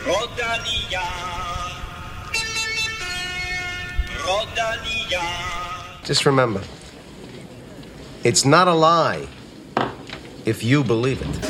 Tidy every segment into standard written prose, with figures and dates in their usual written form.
Rodalia. Rodalia. Just remember, it's not a lie if you believe it.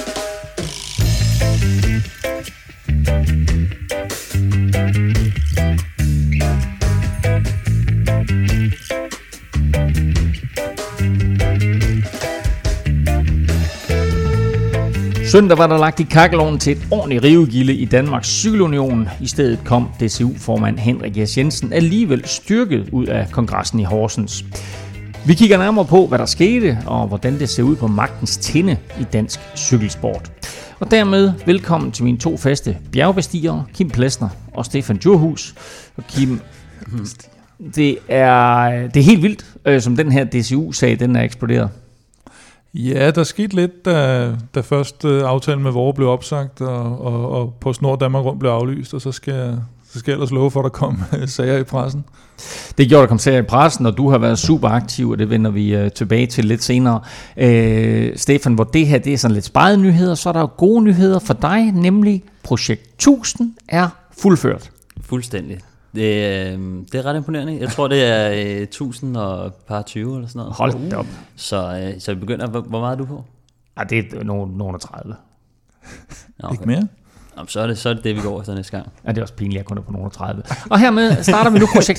Søndag var der lagt i kakkelovnen til et ordentligt rivegilde i Danmarks Cykelunion. I stedet kom DCU-formand Henrik Jes Jensen alligevel styrket ud af kongressen i Horsens. Vi kigger nærmere på, hvad der skete, og hvordan det ser ud på magtens tinde i dansk cykelsport. Og dermed velkommen til mine to faste bjergbestigere, Kim Plesner og Stefan Djurhus. Og Kim, det er helt vildt, som den her DCU-sag, den er eksploderet. Ja, der skete lidt, da først aftalen med Vore blev opsagt, og på Snor Danmark Rundt blev aflyst, og så skal jeg ellers love for, at der kom sager i pressen. Det gjorde der kom sager i pressen, og du har været super aktiv, og det vender vi tilbage til lidt senere. Stefan, hvor det her det er sådan lidt spejede nyheder, så er der jo gode nyheder for dig, nemlig Projekt 1000 er fuldført. Fuldstændig. Det er ret imponerende. Jeg tror, det er 1000 og par 20 eller sådan noget. Hold da op. Så vi begynder. Hvor meget er du på? Det er nogen 30. Okay. Ikke mere? Jamen, så er det, vi går efter næste gang. Ja, det er også pinligt, jeg kun er på nogen 30. Og hermed starter vi nu projekt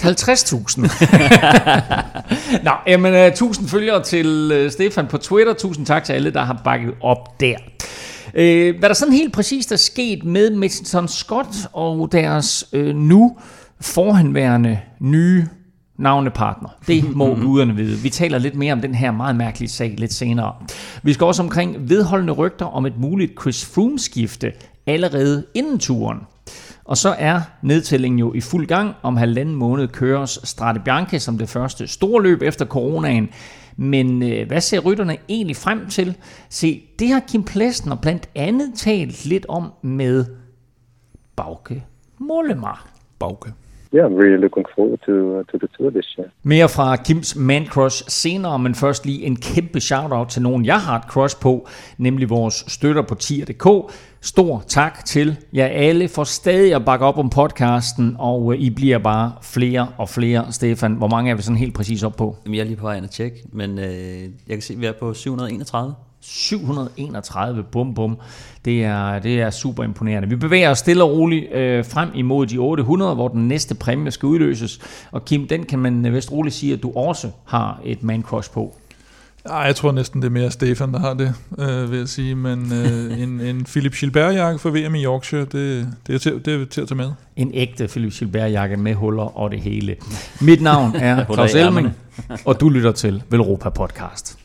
50.000. Nå, jamen 1000 følgere til Stefan på Twitter. Tusind tak til alle, der har bakket op der. Hvad der sådan helt præcist er sket med Mitchelton Scott og deres nu forhenværende nye navnepartner, det må guderne vide. Vi taler lidt mere om den her meget mærkelige sag lidt senere. Vi skal også omkring vedholdende rygter om et muligt Chris Froome-skifte allerede inden turen. Og så er nedtællingen jo i fuld gang. Om 1,5 måned køres Strade Bianche som det første store løb efter coronaen. Men hvad ser rytterne egentlig frem til? Se, det har Kim Plesner blandt andet talt lidt om med Bauke Mollema. Bauke. Yeah, I'm really looking forward to the tour this year. Mere fra Kims man crush senere, men først lige en kæmpe shout-out til nogen, jeg har et crush på, nemlig vores støtter på tier.dk. Stor tak til jer alle for stadig at bakke op om podcasten, og I bliver bare flere og flere. Stefan, hvor mange er vi sådan helt præcis op på? Jeg er lige på vej at tjekke, men jeg kan se, at vi er på 731. 731, bum. Det er super imponerende. Vi bevæger os stille og roligt frem imod de 800, hvor den næste præmie skal udløses. Og Kim, den kan man vist roligt sige, at du også har et man crush på. Jeg tror næsten, det er mere Stefan, der har det, vil jeg sige. Men en Philip Gilbert-jakke for VM i Yorkshire, det er til at tage med. En ægte Philip Gilbert-jakke med huller og det hele. Mit navn er Claus Elming, og du lytter til Velropa Podcast.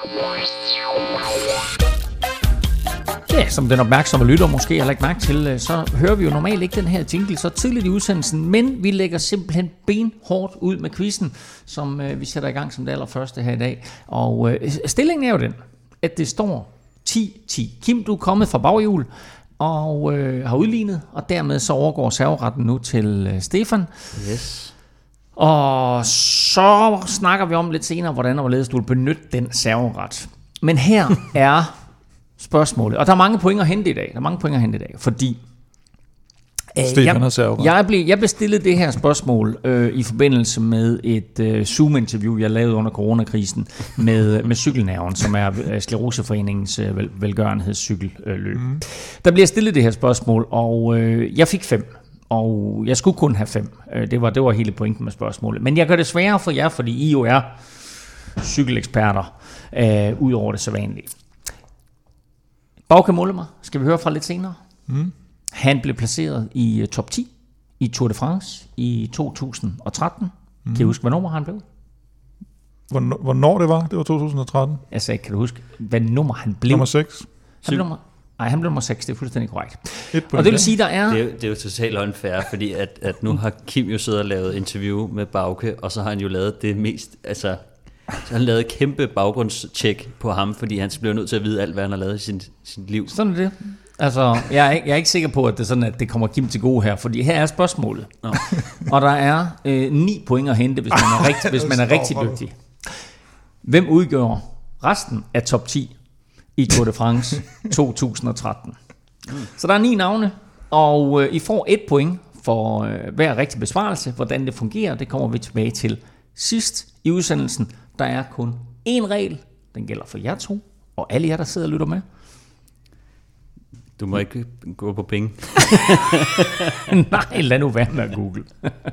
Ja, som den opmærksomme lytter måske har lagt mærke til, så hører vi jo normalt ikke den her jingle så tidligt i udsendelsen, men vi lægger simpelthen benhårdt ud med quizzen, som vi sætter i gang som det allerførste her i dag. Og stillingen er jo den, at det står 10-10. Kim, du er kommet fra baghjul og har udlignet, og dermed så overgår serveretten nu til Stefan. Yes. Og så snakker vi om lidt senere, hvordan og hvorledes du vil benytte den serveret. Men her er spørgsmålet. Og der er mange point at hente i dag. Fordi jeg bestillede det her spørgsmål i forbindelse med et Zoom-interview, jeg lavede under coronakrisen med Cykelnerven, som er Skleroseforeningens velgørenhedscykelløb. Der bliver stillet det her spørgsmål, og jeg fik 5. Og jeg skulle kun have 5. Det var hele pointen med spørgsmålet. Men jeg gør det sværere for jer, fordi I jo er cykeleksperter ud over det sædvanlige. Bauke Mollema skal vi høre fra lidt senere. Han blev placeret i top 10 i Tour de France i 2013. Kan I huske, hvad nummer han blev? Hvornår det var? Det var 2013. Jeg sagde, kan du huske, hvad nummer han blev? Nummer 6. Han blev nummer 6, det er fuldstændig korrekt. Og det vil sige, der er... Det er jo totalt unfair, fordi at nu har Kim jo siddet og lavet interview med Bauke, og så har han jo lavet det mest... Altså, så han lavede kæmpe baggrundstjek på ham, fordi han bliver nødt til at vide alt, hvad han har lavet i sit liv. Sådan er det. Altså, jeg er ikke sikker på, at det er sådan, at det kommer Kim til gode her, fordi her er spørgsmålet. Og der er 9 point at hente, hvis man er rigtig dygtig. Hvem udgjorde resten af top 10 i Tour de France 2013? Så der er 9 navne, og I får 1 point for hver rigtig besvarelse. Hvordan det fungerer, det kommer vi tilbage til sidst i udsendelsen. Der er kun én regel, den gælder for jer 2, og alle jer, der sidder og lytter med. Du må ikke gå på penge. Nej, lad nu være med at google.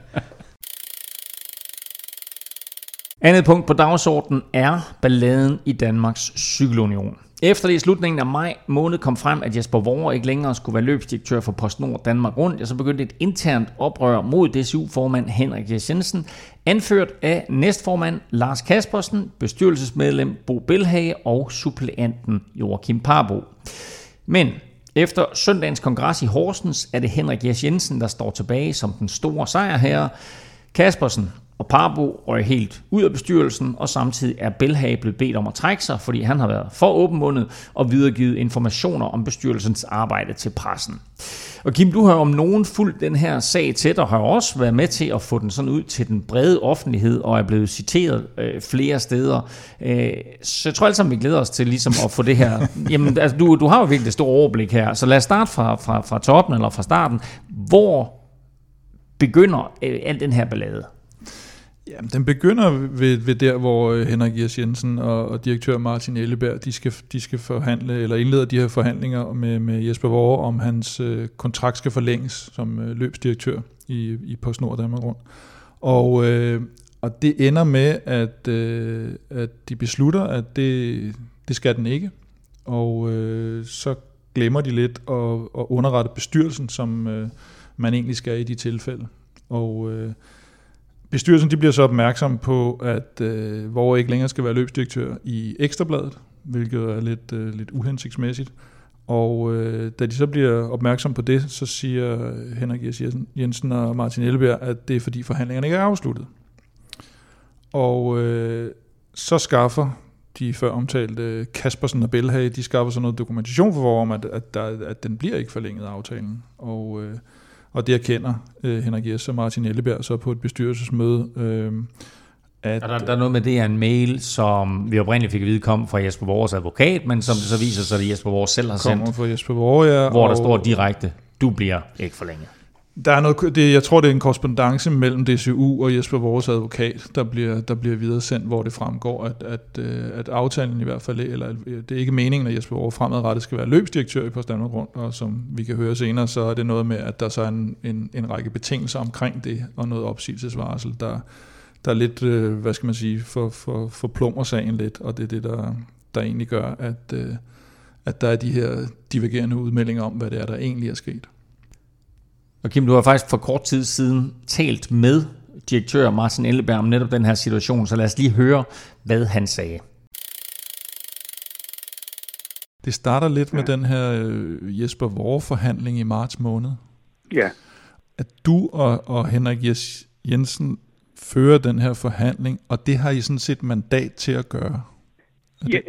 Andet punkt på dagsordenen er balladen i Danmarks Cykelunion. Efter det i slutningen af maj måned kom frem, at Jesper Worre ikke længere skulle være løbsdirektør for PostNord Danmark Rundt, så begyndte et internt oprør mod DCU-formand Henrik Jes Jensen, anført af næstformand Lars Kaspersen, bestyrelsesmedlem Bo Bellhage og suppleanten Joachim Parbo. Men efter søndagens kongres i Horsens er det Henrik Jes Jensen, der står tilbage som den store sejrherre. Kaspersen og Parbo røg helt ud af bestyrelsen, og samtidig er Bellhage blevet bedt om at trække sig, fordi han har været for åbenmundet og videregivet informationer om bestyrelsens arbejde til pressen. Og Kim, du har om nogen fulgt den her sag tæt, og har også været med til at få den sådan ud til den brede offentlighed, og er blevet citeret flere steder. Så jeg tror alle sammen, vi glæder os til ligesom at få det her. Jamen, altså, du har jo virkelig det store overblik her, så lad os starte fra toppen eller fra starten. Hvor begynder al den her ballade? Ja, den begynder ved der, hvor Henrik Jes Jensen og direktør Martin Elleberg, de skal forhandle, eller indleder de her forhandlinger med Jesper Worre, om hans kontrakt skal forlænges som løbsdirektør i PostNord Danmark Rundt. Og det ender med, at de beslutter, at det skal den ikke. Og så glemmer de lidt at underrette bestyrelsen, som man egentlig skal i de tilfælde. Og bestyrelsen de bliver så opmærksom på, at Worre ikke længere skal være løbsdirektør i Ekstrabladet, hvilket er lidt uhensigtsmæssigt. Og da de så bliver opmærksom på det, så siger Henrik Jes Jensen og Martin Elleberg, at det er fordi forhandlingerne ikke er afsluttet. Og så skaffer de før omtalte Kaspersen og Bellhage, de skaffer så noget dokumentation for Worre om, at den bliver ikke forlænget aftalen. Og det erkender Henrik Jes og Martin Elleberg så på et bestyrelsesmøde. At der er noget med, det er en mail, som vi oprindeligt fik at vide kom fra Jesper Worres advokat, men som det så viser sig, at Jesper Worre selv har sendt. Kommer fra Jesper Worre, ja. Hvor der står direkte, du bliver ikke forlænget. Der er noget, jeg tror, det er en korrespondance mellem DCU og Jesper Worres advokat, der bliver videresendt, hvor det fremgår, at aftalen i hvert fald, eller det er ikke meningen, at Jesper Worre fremadrettet skal være løbsdirektør i Post Danmark Rundt, og som vi kan høre senere, så er det noget med, at der så er en række betingelser omkring det, og noget opsigelsesvarsel, der lidt, hvad skal man sige, for plummer sagen lidt, og det er det, der egentlig gør, at der er de her divergerende udmeldinger om, hvad det er, der egentlig er sket. Og Kim, du har faktisk for kort tid siden talt med direktør Martin Elleberg om netop den her situation, så lad os lige høre, hvad han sagde. Det starter lidt med den her Jesper Worre-forhandling i marts måned. Ja. At du og Henrik Jes Jensen fører den her forhandling, og det har I sådan set mandat til at gøre. Det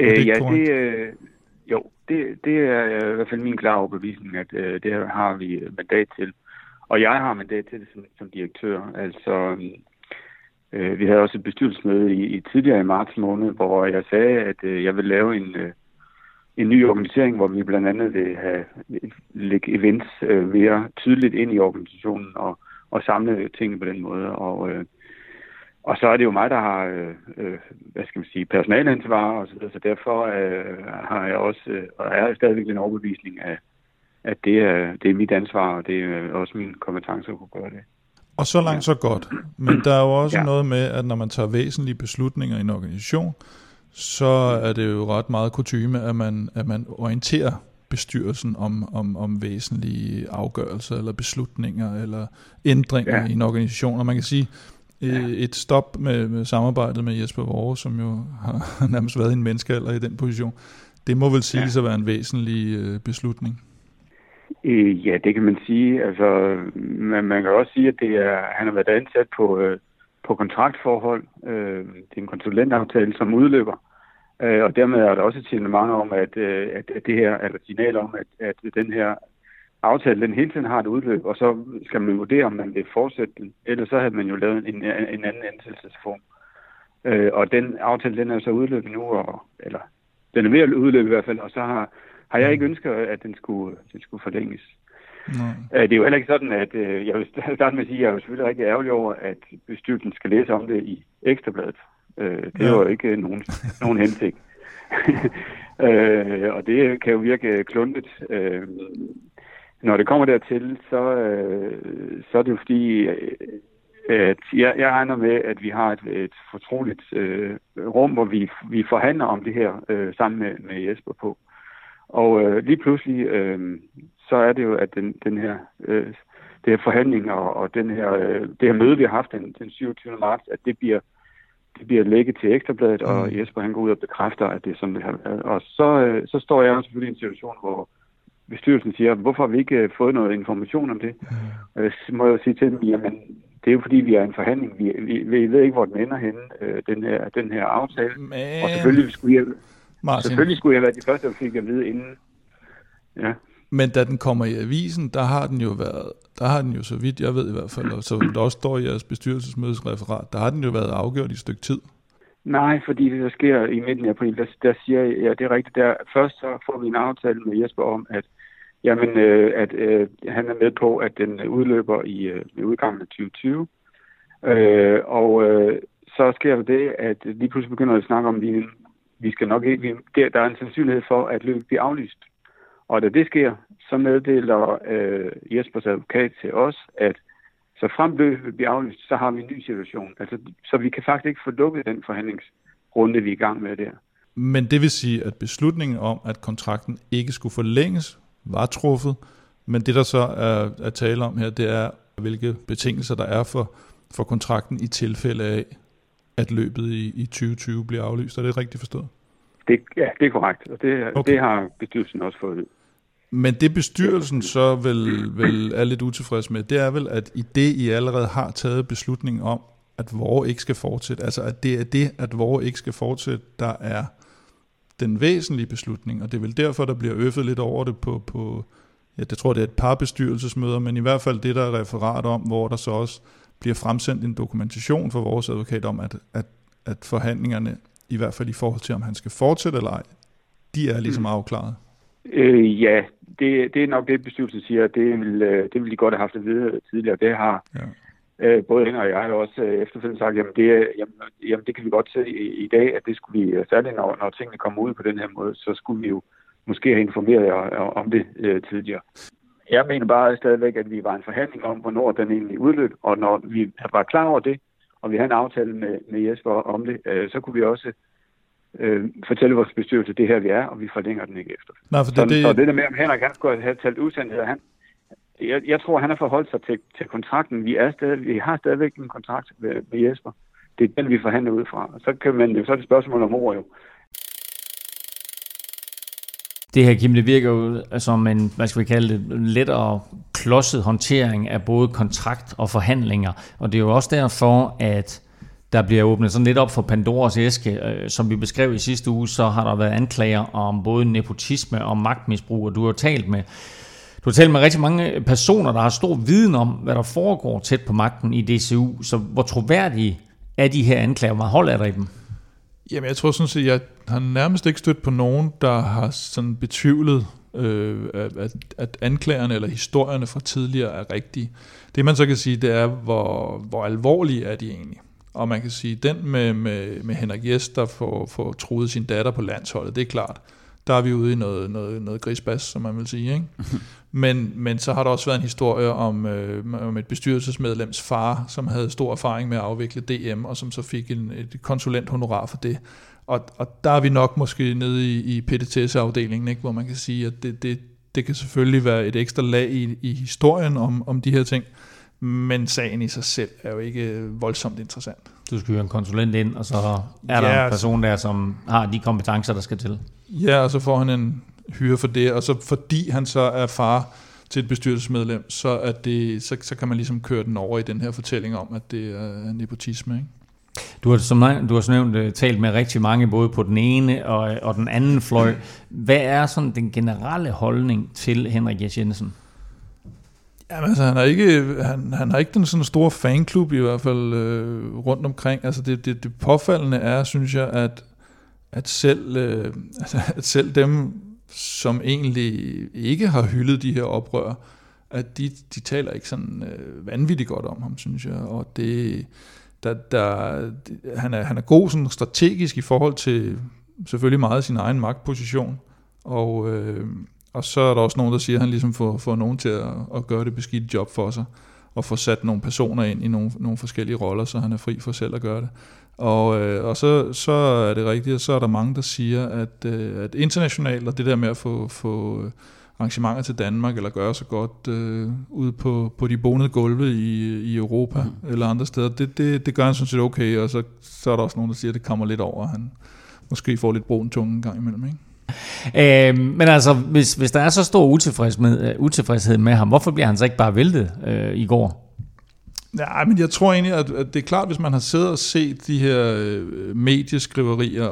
er i hvert fald min klare overbevisning, at det har vi mandat til. Og jeg har mandat til det som direktør. Altså, vi havde også et bestyrelsesmøde i tidligere i marts måned, hvor jeg sagde, at jeg vil lave en ny organisering, hvor vi blandt andet vil lægge events mere tydeligt ind i organisationen og samle tingene på den måde. Og så er det jo mig, der har, hvad skal man sige, personalansvar og så videre, så derfor har jeg også, og er stadigvæk en overbevisning af, at det er mit ansvar, og det er også min kompetence at kunne gøre det. Og så langt så godt. Men der er jo også noget med, at når man tager væsentlige beslutninger i en organisation, så er det jo ret meget kutyme, at man orienterer bestyrelsen om væsentlige afgørelser eller beslutninger eller ændringer i en organisation. Og man kan sige, et stop med samarbejdet med Jesper Worre, som jo har nærmest været en menneskealder i den position, det må vel siges at være en væsentlig beslutning. Ja, det kan man sige. Altså, man kan også sige, at han har været ansat på kontraktforhold. Det er en konsulentaftale, som udløber. Og dermed er der også et signalement om, at det her, eller signal om, at den her aftale, den hele tiden har et udløb, og så skal man vurdere, om man vil fortsætte den. Ellers så havde man jo lavet en anden ansættelsesform. Og den aftale, den er så udløbet nu, eller den er ved at udløbe i hvert fald, og så har jeg ikke ønsket, at den skulle forlænges. Det er jo heller ikke sådan, at jeg vil starte med at sige, at jeg er jo selvfølgelig rigtig ærgerlig over, at bestyrelsen skal læse om det i Ekstrabladet. Det er jo ikke nogen hensigt. Og det kan jo virke kluntet. Når det kommer dertil, så er det jo fordi, at jeg regner med, at vi har et fortroligt rum, hvor vi forhandler om det her sammen med Jesper på. Og lige pludselig, så er det jo, at den her forhandling og det her møde, vi har haft den 27. marts, at det bliver lækket til Ekstrabladet, og Jesper han går ud og bekræfter, at det er sådan, det har været. Og så står jeg selvfølgelig i en situation, hvor bestyrelsen siger, hvorfor har vi ikke fået noget information om det? Og så må jeg jo sige til dem, jamen, det er jo fordi, vi er i en forhandling. Vi ved ikke, hvor den ender henne, den her aftale. Og selvfølgelig skulle jeg være de første, der fik at vide inden. Ja. Men da den kommer i avisen, der har den jo, så vidt jeg ved i hvert fald, og så der også står i jeres bestyrelsesmødesreferat, der har den jo været afgjort i et stykke tid. Nej, fordi det der sker i midten af april, der siger jeg, ja, det er rigtigt, først så får vi en aftale med Jesper om, at han er med på, at den udløber i udgangen af 2020. Så sker der det, at lige pludselig begynder at snakke om, vi skal nok ikke, der er en sandsynlighed for, at løbet bliver aflyst. Og da det sker, så meddeler Jespers advokat til os, at så frem løbet bliver aflyst, så har vi en ny situation. Altså, så vi kan faktisk ikke få lukket den forhandlingsrunde, vi er i gang med der. Men det vil sige, at beslutningen om, at kontrakten ikke skulle forlænges, var truffet. Men det, der så er tale om her, det er, hvilke betingelser der er for kontrakten i tilfælde af, at løbet i 2020 bliver aflyst. Er det rigtigt forstået? Det er korrekt, og det har bestyrelsen også fået. Men det bestyrelsen så vel er lidt utilfreds med, det er vel, at i det, I allerede har taget beslutningen om, at Vore ikke skal fortsætte, altså at det er det, at Vore ikke skal fortsætte, der er den væsentlige beslutning, og det er vel derfor, der bliver øffet lidt over det på jeg tror, det er et par bestyrelsesmøder, men i hvert fald det, der er referat om, hvor der så også bliver fremsendt en dokumentation for vores advokat om, at forhandlingerne, i hvert fald i forhold til, om han skal fortsætte eller ej, de er ligesom afklaret. Ja, det er nok det, bestyrelsen siger. Det vil de godt have haft at vide tidligere. Det har både Inger og jeg også efterfølgende sagt, jamen det kan vi godt se i dag, at det skulle vi, særligt når tingene kommer ud på den her måde, så skulle vi jo måske have informeret jer om det tidligere. Jeg mener bare stadigvæk, at vi var en forhandling om, hvornår den egentlig udløb, og når vi var klar over det, og vi havde en aftale med Jesper om det, så kunne vi også fortælle vores bestyrelse, det her vi er, og vi forlænger den ikke efter. Nej, for så det der med, om Henrik han skulle have talt usandheder, jeg tror, han har forholdt sig til kontrakten. Vi har stadigvæk en kontrakt med Jesper. Det er den, vi forhandler ud fra. Så er det spørgsmål om ord jo. Det her, Kim, det virker jo som en, hvad skal vi kalde det, lettere klodset håndtering af både kontrakt og forhandlinger. Og det er jo også derfor, at der bliver åbnet sådan lidt op for Pandoras æske. Som vi beskrev i sidste uge, så har der været anklager om både nepotisme og magtmisbrug, og du har talt med rigtig mange personer, der har stor viden om, hvad der foregår tæt på magten i DCU. Så hvor troværdige er de her anklager? Hvor hold er der i dem? Jamen, jeg tror sådan set, jeg har nærmest ikke stødt på nogen, der har sådan betvivlet, at anklagerne eller historierne fra tidligere er rigtige. Det man så kan sige, det er, hvor alvorlige er de egentlig. Og man kan sige, den med Henrik Jes, der får truet sin datter på landsholdet, det er klart. Der er vi ude i noget grisbas, som man vil sige, ikke? Men så har der også været en historie om et bestyrelsesmedlems far, som havde stor erfaring med at afvikle DM, og som så fik et konsulenthonorar for det. Og der er vi nok måske nede i PDTS-afdelingen, ikke? Hvor man kan sige, at det kan selvfølgelig være et ekstra lag i historien om de her ting, men sagen i sig selv er jo ikke voldsomt interessant. Du skal jo en konsulent ind, og så er der en person der, som har de kompetencer, der skal til. Ja, og så får han en hyre for det, og så fordi han så er far til et bestyrelsesmedlem, så kan man ligesom køre den over i den her fortælling om, at det er nepotisme, ikke? Du har som nævnt talt med rigtig mange, både på den ene og den anden fløj. Hvad er sådan den generelle holdning til Henrik Jes Jensen? Jamen, altså, han har ikke den sådan store fanklub i hvert fald rundt omkring. Altså det påfaldende er, synes jeg, at selv dem, som egentlig ikke har hyldet de her oprør, at de taler ikke sådan vanvittigt godt om ham, synes jeg, og det han er god sådan strategisk i forhold til selvfølgelig meget sin egen magtposition, og så er der også nogen, der siger, at han ligesom får nogen til at gøre det beskidte job for sig, og få sat nogle personer ind i nogle forskellige roller, så han er fri for selv at gøre det. Og så er det rigtigt, og så er der mange, der siger, at internationalt, og det der med at få arrangementer til Danmark, eller gøre så godt ude på de bonede gulve i Europa, eller andre steder, det gør han sådan set okay, og så er der også nogen, der siger, at det kommer lidt over, at han måske får lidt brun tunge en gang imellem, ikke? Men altså, hvis der er så stor utilfredshed med ham, hvorfor bliver han så ikke bare væltet i går? Ja, men jeg tror egentlig, at det er klart, hvis man har siddet og set de her medieskriverier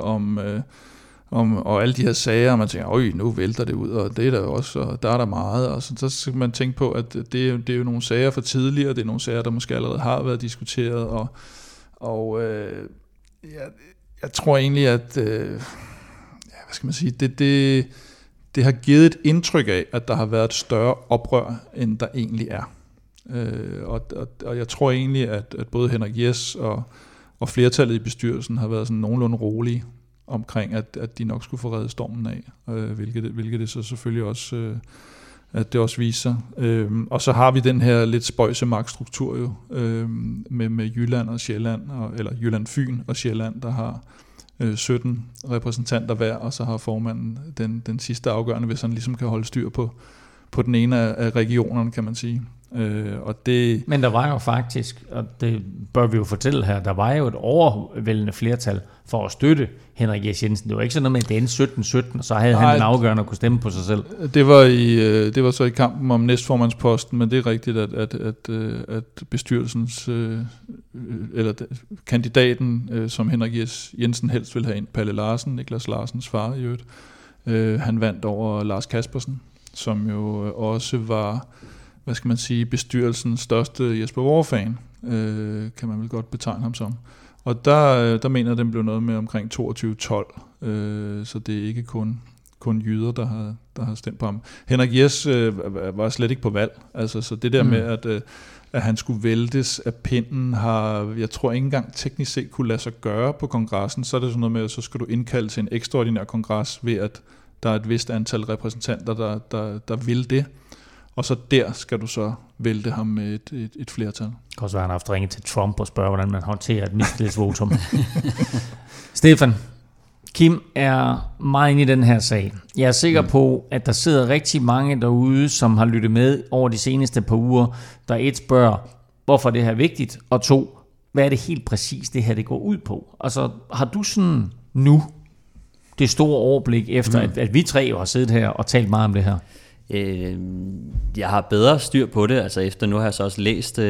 og alle de her sager, og man tænker, nu vælter det ud, og det er der også, og der er der meget, og så skal man tænke på, at det er jo nogle sager for tidligere, det er nogle sager, der måske allerede har været diskuteret, og jeg tror egentlig, at hvad skal man sige, det har givet et indtryk af, at der har været et større oprør, end der egentlig er. Og jeg tror egentlig, at både Henrik Jes og flertallet i bestyrelsen har været sådan nogenlunde rolige omkring, at de nok skulle få reddet stormen af, hvilket det så selvfølgelig også, at det også viser. Og så har vi den her lidt spøjse magtstruktur jo, med Jylland og Sjælland, eller Jylland-Fyn og Sjælland, der har 17 repræsentanter hver, og så har formanden den sidste afgørende, hvis han ligesom kan holde styr på den ene af regionerne, kan man sige. Men der var jo faktisk, og det bør vi jo fortælle her, der var jo et overvældende flertal for at støtte Henrik Jes Jensen. Det var ikke sådan noget med, at det endte 17-17, og så havde han den afgørende at kunne stemme på sig selv. Det var så i kampen om næstformandsposten, men det er rigtigt, at bestyrelsens eller kandidaten, som Henrik Jes Jensen helst ville have ind, Palle Larsen, Niklas Larsens far i øvrigt, han vandt over Lars Kaspersen, som jo også var, hvad skal man sige, bestyrelsens største Jesper Worre-fan, kan man vel godt betegne ham som. Og der mener den blev noget med omkring 22-12, så det er ikke kun jyder, der har stemt på ham. Henrik Jes var slet ikke på valg, altså, så det der med, at han skulle væltes af pinden, har, jeg tror ikke engang teknisk set kunne lade sig gøre på kongressen. Så er det sådan noget med, at så skal du indkalde til en ekstraordinær kongres, ved at der er et vist antal repræsentanter, der vil det. Og så der skal du så vælte ham med et flertal. Det kan også være, han har haft ringet til Trump og spørge, hvordan man håndterer et mistillidsvotum. Stefan, Kim er meget inde i den her sag. Jeg er sikker på, at der sidder rigtig mange derude, som har lyttet med over de seneste par uger, der et spørger, hvorfor det her er vigtigt, og to, hvad er det helt præcis, det her det går ud på? Altså, har du sådan nu det store overblik efter, at vi tre jo har siddet her og talt meget om det her? Jeg har bedre styr på det, altså efter nu har jeg så også læst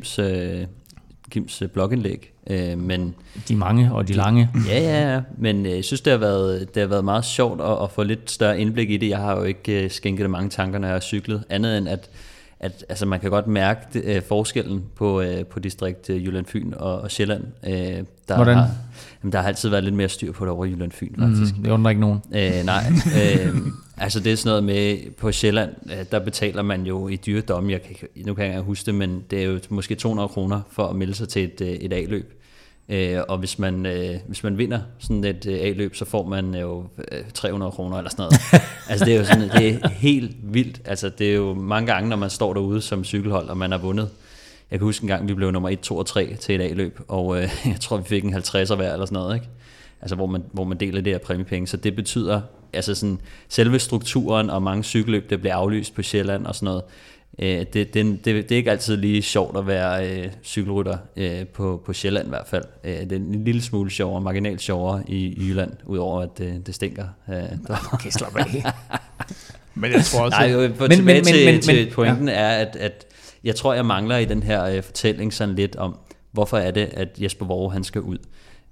Kims blogindlæg, men de mange og de lange. Ja, men jeg synes det har været meget sjovt at få lidt større indblik i det. Jeg har jo ikke skænket det mange tanker, når jeg har cyklet, andet end at altså man kan godt mærke forskellen på distrikt Jylland-Fyn og Sjælland. Hvordan? Der har altid været lidt mere styr på det over Jylland-Fyn, faktisk. Det undrer ikke nogen. Nej, altså det er sådan noget med, på Sjælland, der betaler man jo i dyredomme, nu kan jeg huske det, men det er jo måske 200 kroner for at melde sig til et A-løb. Og hvis man vinder sådan et A-løb, så får man jo 300 kroner eller sådan noget. Altså det er jo sådan, det er helt vildt. Altså det er jo mange gange, når man står derude som cykelhold, og man har vundet. Jeg kan huske en gang, vi blev nummer 1, 2 og 3 til et A-løb, og jeg tror, vi fik en 50'er hver eller sådan noget, ikke? Altså hvor man deler det her præmiepenge. Så det betyder, altså sådan, selve strukturen og mange cykelløb, der bliver aflyst på Sjælland og sådan noget. Det er ikke altid lige sjovt at være cykelrytter på Sjælland i hvert fald. Det er en lille smule sjovere, marginalt sjovere i Jylland, udover at det stinker. Okay, slap af. Men jeg tror også... Nej, til pointen er, at jeg tror, jeg mangler i den her fortælling sådan lidt om, hvorfor er det, at Jesper Worre han skal ud.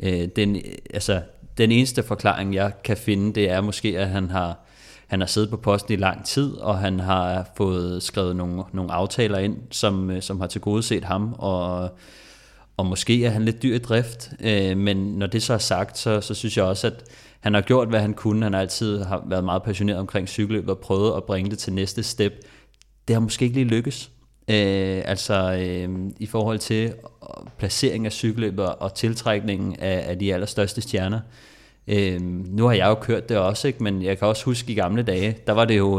Den eneste forklaring, jeg kan finde, det er måske, at han har siddet på posten i lang tid, og han har fået skrevet nogle aftaler ind, som har tilgodeset ham, og måske er han lidt dyr i drift, men når det så er sagt, så synes jeg også, at han har gjort, hvad han kunne. Han har altid været meget passioneret omkring cykelløb og prøvet at bringe det til næste step. det har måske ikke lige lykkes. I forhold til placering af cykelløbet og tiltrækningen af de allerstørste stjerner. Nu har jeg jo kørt det også, ikke? Men jeg kan også huske i gamle dage, der var det jo,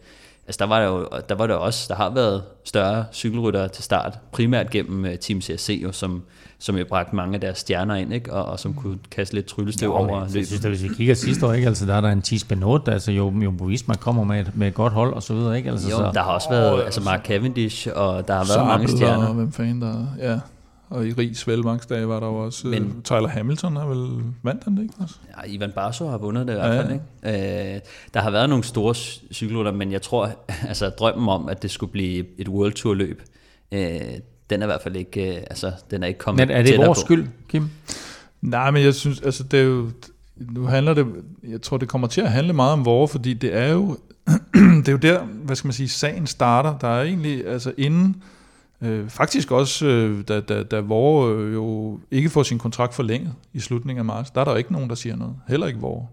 der har været større cykelryttere til start, primært gennem Team CSC, jo, som jo bragte mange af deres stjerner ind, ikke? Og som kunne kaste lidt tryllestøv over løbet. Jeg synes, hvis vi kigger sidste år, ikke? Altså, der er der en Thies Benoit, altså Jumbo Visma kommer med et godt hold og så videre, ikke? Altså, jo, der har også været Mark Cavendish, og der har været mange stjerner. Og hvem fanden der, ja. Og i Ries Velmangsdage var der også Tyler Hamilton har vel vandt han det, ikke? Altså? Ja, Ivan Barso har vundet det i hvert fald, ikke? Der har været nogle store cykelrytter, men jeg tror, altså drømmen om, at det skulle blive et World Tour løb, den er i hvert fald ikke, den er ikke kommet. Men er det vores skyld, Kim? Nej, men jeg synes, altså det er jo, nu handler det, jeg tror det kommer til at handle meget om vores, fordi det er jo, det er jo der, hvad skal man sige, sagen starter. Der er egentlig, altså inden, faktisk også, da Vore jo ikke får sin kontrakt forlænget i slutningen af marts, der er der ikke nogen, der siger noget. Heller ikke Vore.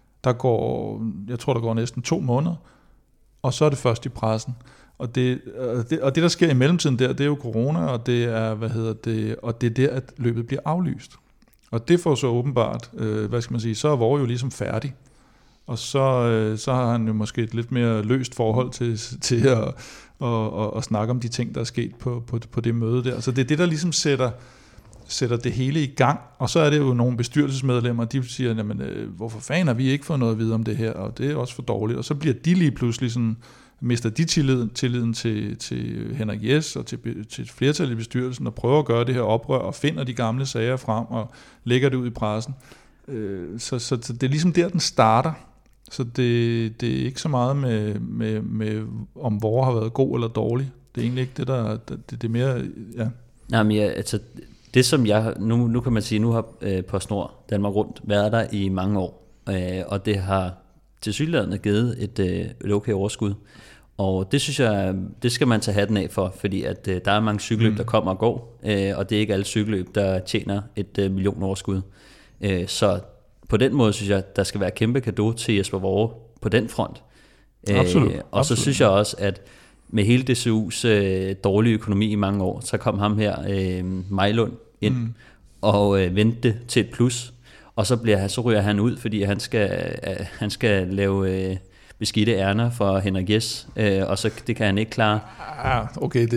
Jeg tror, der går næsten 2 måneder, og så er det først i pressen. Og det, der sker i mellemtiden der, det er jo corona, og det er, og det er der, at løbet bliver aflyst. Og det får så åbenbart, så er Vore jo ligesom færdig. Og så har han jo måske et lidt mere løst forhold til at snakke om de ting, der er sket på det møde der. Så det er det, der ligesom sætter det hele i gang. Og så er det jo nogle bestyrelsesmedlemmer, de siger, jamen, hvorfor fanden har vi ikke fået noget at vide om det her, og det er også for dårligt. Og så bliver de lige pludselig sådan, mister de tilliden til Henrik Jes og til et flertal i bestyrelsen, og prøver at gøre det her oprør, og finder de gamle sager frem, og lægger det ud i pressen. Så det er ligesom der, den starter. Så det er ikke så meget med om Vore har været god eller dårlig. Det er egentlig ikke det, der det er mere, ja. Nej, men det som jeg, nu kan man sige, nu har PostNord Danmark Rundt været der i mange år, og det har tilsyneladende givet et okay overskud. Og det synes jeg, det skal man tage hatten af for, fordi at der er mange cykelløb, der kommer og går, og det er ikke alle cykelløb, der tjener et million overskud. Så på den måde synes jeg, der skal være kæmpe cadeau til Jesper Vore på den front. Absolut. Og så synes jeg også, at med hele DCU's dårlige økonomi i mange år, så kom ham her, Mejlund, ind og vendte det til et plus. Og så ryger han ud, fordi han skal lave beskidte ærner for Henrik Jes, og så det kan han ikke klare. Okay,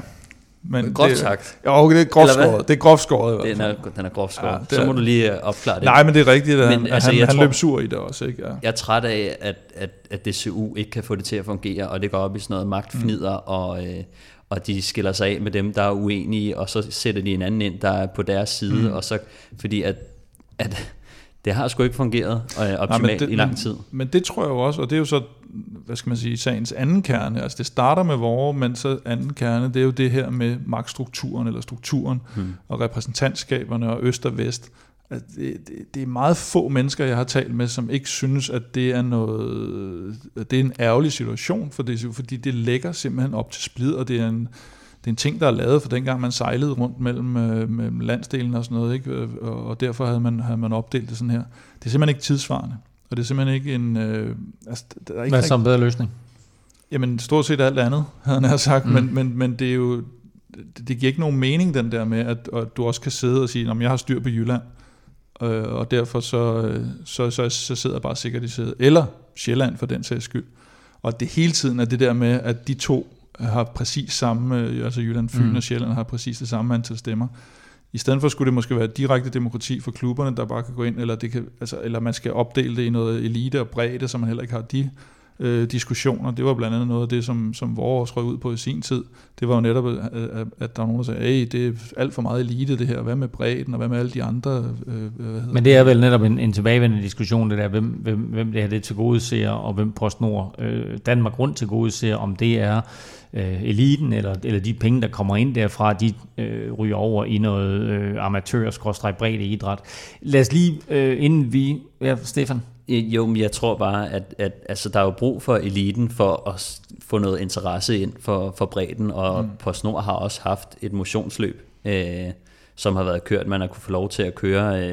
men groft sagt. Ja, okay, det er groft skåret. Det er groft skåret. Den er groft skåret. Så må du lige opklare det. Nej, men det er rigtigt, at han løb sur i det også, ikke? Ja. Jeg er træt af, at DCU ikke kan få det til at fungere, og det går op i sådan noget magtfnider, og de skiller sig af med dem, der er uenige, og så sætter de en anden ind, der er på deres side, og så fordi at det har sgu ikke fungeret optimalt i lang tid. Men det tror jeg jo også, og det er jo så, hvad skal man sige, sagens anden kerne. Altså det starter med Vore, men så anden kerne, det er jo det her med magtstrukturen, eller strukturen, og repræsentantskaberne, og øst og vest. Altså det er meget få mennesker, jeg har talt med, som ikke synes, at det er det er en ærgerlig situation for DCU, fordi det lægger simpelthen op til splid, og det er en ting, der er lavet for dengang man sejlede rundt mellem landsdelen og sådan noget, ikke? Og derfor havde man opdelt det sådan her. Det er simpelthen ikke tidsvarende, og det er simpelthen ikke en... der er ikke hvad er så en bedre løsning? Jamen stort set alt andet, havde han sagt, men det er jo... Det giver ikke nogen mening, den der med, at du også kan sidde og sige, at jeg har styr på Jylland, og derfor så sidder jeg bare sikkert i sædet. Eller Sjælland for den sags skyld. Og det hele tiden er det der med, at de to har præcis samme, altså Jylland, Fyn og Sjælland har præcis det samme antal stemmer. I stedet for skulle det måske være direkte demokrati for klubberne, der bare kan gå ind, eller man skal opdele det i noget elite og bredde, så man heller ikke har de diskussioner. Det var blandt andet noget af det, som Vore også røg ud på i sin tid. Det var jo netop, at der var nogen, der sagde, det er alt for meget elite det her, hvad med bredden, og hvad med alle de andre? Men det er vel netop en tilbagevendende diskussion, det der, hvem det her det tilgodeser, og hvem PostNord Danmark Rundt tilgodeser, om det er eliten, eller de penge, der kommer ind derfra, de ryger over i noget amatør-bredde idræt. Lad os lige, inden vi... Ja, Stefan? Jo, men jeg tror bare, at altså, der er jo brug for eliten for at få noget interesse ind for bredden, og PostNord har også haft et motionsløb, som har været kørt. Man har kunne få lov til at køre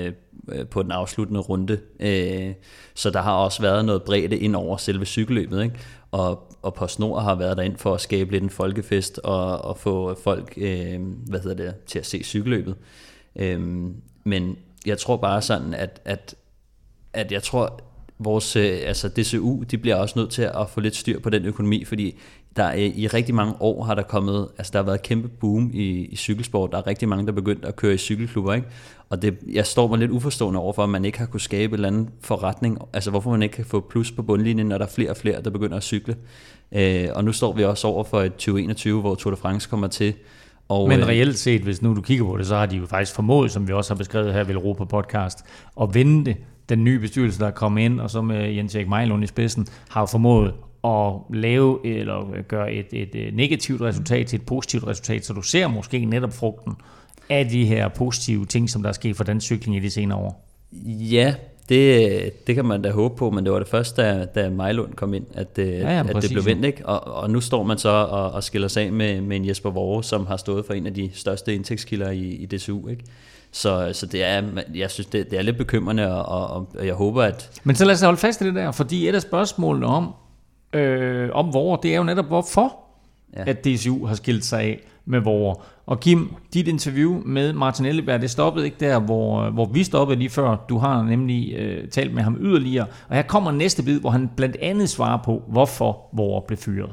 på den afsluttende runde. Så der har også været noget bredde ind over selve cykelløbet, ikke? Og PostNord har været derind for at skabe lidt en folkefest og få folk til at se cykelløbet. Men jeg tror bare sådan, at jeg tror, vores DCU, de bliver også nødt til at få lidt styr på den økonomi, fordi der i rigtig mange år har der kommet, altså der har været kæmpe boom i cykelsport. Der er rigtig mange, der er begyndt at køre i cykelklubber, ikke? Og jeg står mig lidt uforstående over for, at man ikke har kunne skabe en eller anden forretning, altså hvorfor man ikke kan få plus på bundlinjen, når der er flere og flere, der begynder at cykle. Og nu står vi også over for et 2021, hvor Tour de France kommer til. Men reelt set, hvis nu du kigger på det, så har de jo faktisk formået, som vi også har beskrevet her ved Europa Podcast, at vende den nye bestyrelse, der er kommet ind, og så med Jens Erik Mejlund i spidsen, har formået at lave eller gøre et negativt resultat til et positivt resultat, så du ser måske netop frugten af de her positive ting, som der er sket for dansk cykling i de senere år. Ja, det kan man da håbe på, men det var det første, da Mejlund kom ind, at det blev vendt, ikke? Og nu står man så og skiller sig af med en Jesper Worre, som har stået for en af de største indtægtskilder i DCU, ikke? Så det er, jeg synes, det er lidt bekymrende, og jeg håber, at... Men så lad os holde fast i det der, fordi et af spørgsmålene om Worre, det er jo netop, hvorfor at DCU har skilt sig af med Worre. Og Kim, dit interview med Martin Elleberg, det stoppede ikke der, hvor vi stoppede lige før. Du har nemlig talt med ham yderligere. Og her kommer næste bid, hvor han blandt andet svarer på, hvorfor Worre blev fyret.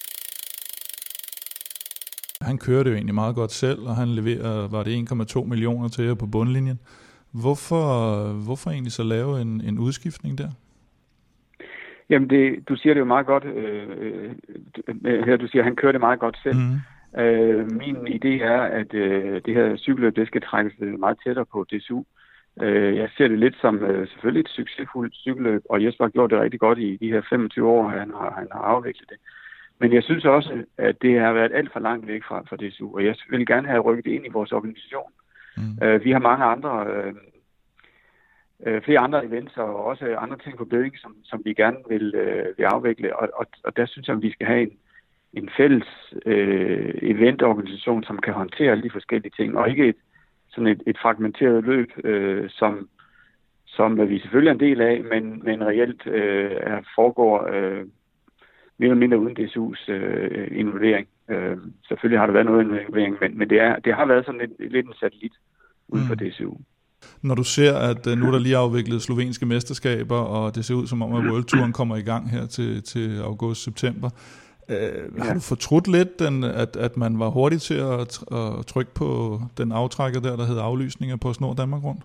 Han kører det jo egentlig meget godt selv, og han leverer, var det 1,2 millioner til jer på bundlinjen. Hvorfor egentlig så lave en udskiftning der? Jamen, du siger det jo meget godt. Du siger, at han kører det meget godt selv. Min idé er, at det her cykelløb, det skal trækkes meget tættere på DSU. Jeg ser det lidt som selvfølgelig et succesfuldt cykelløb, og Jesper har gjort det rigtig godt i de her 25 år, han har afviklet det. Men jeg synes også, at det har været alt for langt væk fra DSU, og jeg vil gerne have rykket det ind i vores organisation. Vi har mange andre... flere andre events og også andre ting på beding, som vi gerne vil afvikle. Og der synes jeg, at vi skal have en fælles eventorganisation, som kan håndtere alle de forskellige ting, og ikke et fragmenteret løb, som vi selvfølgelig er en del af, men reelt foregår mere eller mindre uden DSU's involvering. Selvfølgelig har der været noget involvering, men det har været sådan lidt en satellit uden for DSU. Når du ser, at nu er der lige afviklet slovenske mesterskaber, og det ser ud som om, at World Touren kommer i gang her til august-september, har du fortrudt lidt, at man var hurtig til at trykke på den aftrækker der hedder aflysning af PostNord Danmark rundt?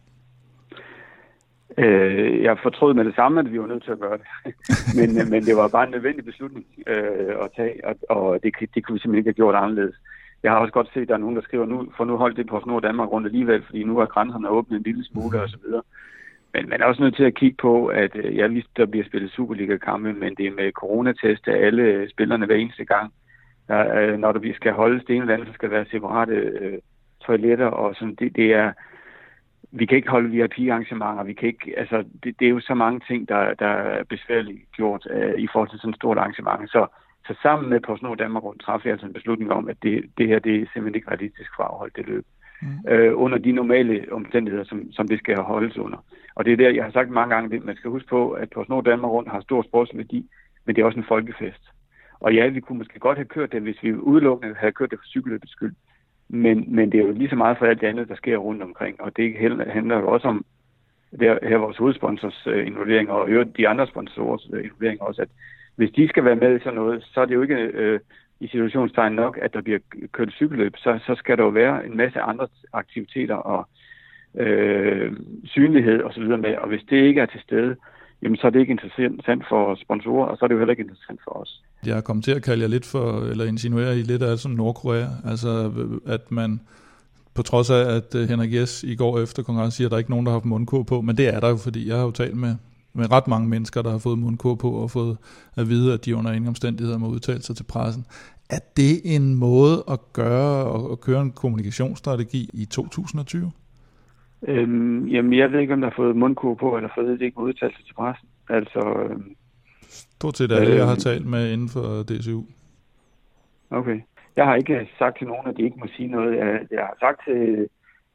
Jeg fortrød med det samme, at vi var nødt til at gøre det. men det var bare en nødvendig beslutning at tage, og det kunne vi simpelthen ikke have gjort anderledes. Jeg har også godt set, at der er nogen, der skriver, nu holdt det PostNord Danmark rundt alligevel, fordi nu er grænserne åbnet en lille smule og så videre. Men man er også nødt til at kigge på, at jeg vidste, der bliver spillet Superliga-kampe, men det er med coronatest af alle spillerne hver eneste gang. Når der skal holdes det ene eller andet, så skal der være separate toiletter og sådan. Det er... Vi kan ikke holde VIP-arrangementer, vi kan ikke, altså det er jo så mange ting, der er besværligt gjort i forhold til sådan et stort arrangement. Så sammen med PostNord Danmark rundt træffer jeg altså en beslutning om, at det her det er simpelthen ikke realistisk for at afholde det løb. Under de normale omstændigheder, som det skal holdes under. Og det er der, jeg har sagt mange gange, at man skal huske på, at PostNord Danmark rundt har stor sportsværdi, men det er også en folkefest. Og ja, vi kunne måske godt have kørt det, hvis vi udelukkende havde kørt det for cykelløbets skyld. Men det er jo lige så meget for alt det andet, der sker rundt omkring, og det handler jo også om her vores hovedsponsors involvering, og de andre sponsorers involvering også, at hvis de skal være med i sådan noget, så er det jo ikke i situationstegn nok, at der bliver kørt cykelløb, så skal der jo være en masse andre aktiviteter og synlighed og så videre med, og hvis det ikke er til stede, jamen så er det ikke interessant for sponsorer, og så er det jo heller ikke interessant for os. Jeg har kommet til at kalde jer lidt for, eller insinuere I lidt af det som Nordkorea, altså at man, på trods af, at Henrik Jes i går efter kongressen siger, at der er ikke nogen, der har haft mundkurv på, men det er der jo, fordi jeg har jo talt med ret mange mennesker, der har fået mundkurv på, og fået at vide, at de under ingen omstændigheder må udtale sig til pressen. Er det en måde at gøre og køre en kommunikationsstrategi i 2020? Jamen, jeg ved ikke, om der har fået mundkurv på, eller fået det ikke udtalt sig til pressen. Altså... Stort set alle, jeg har talt med inden for DCU. Okay. Jeg har ikke sagt til nogen, at de ikke må sige noget. Jeg har sagt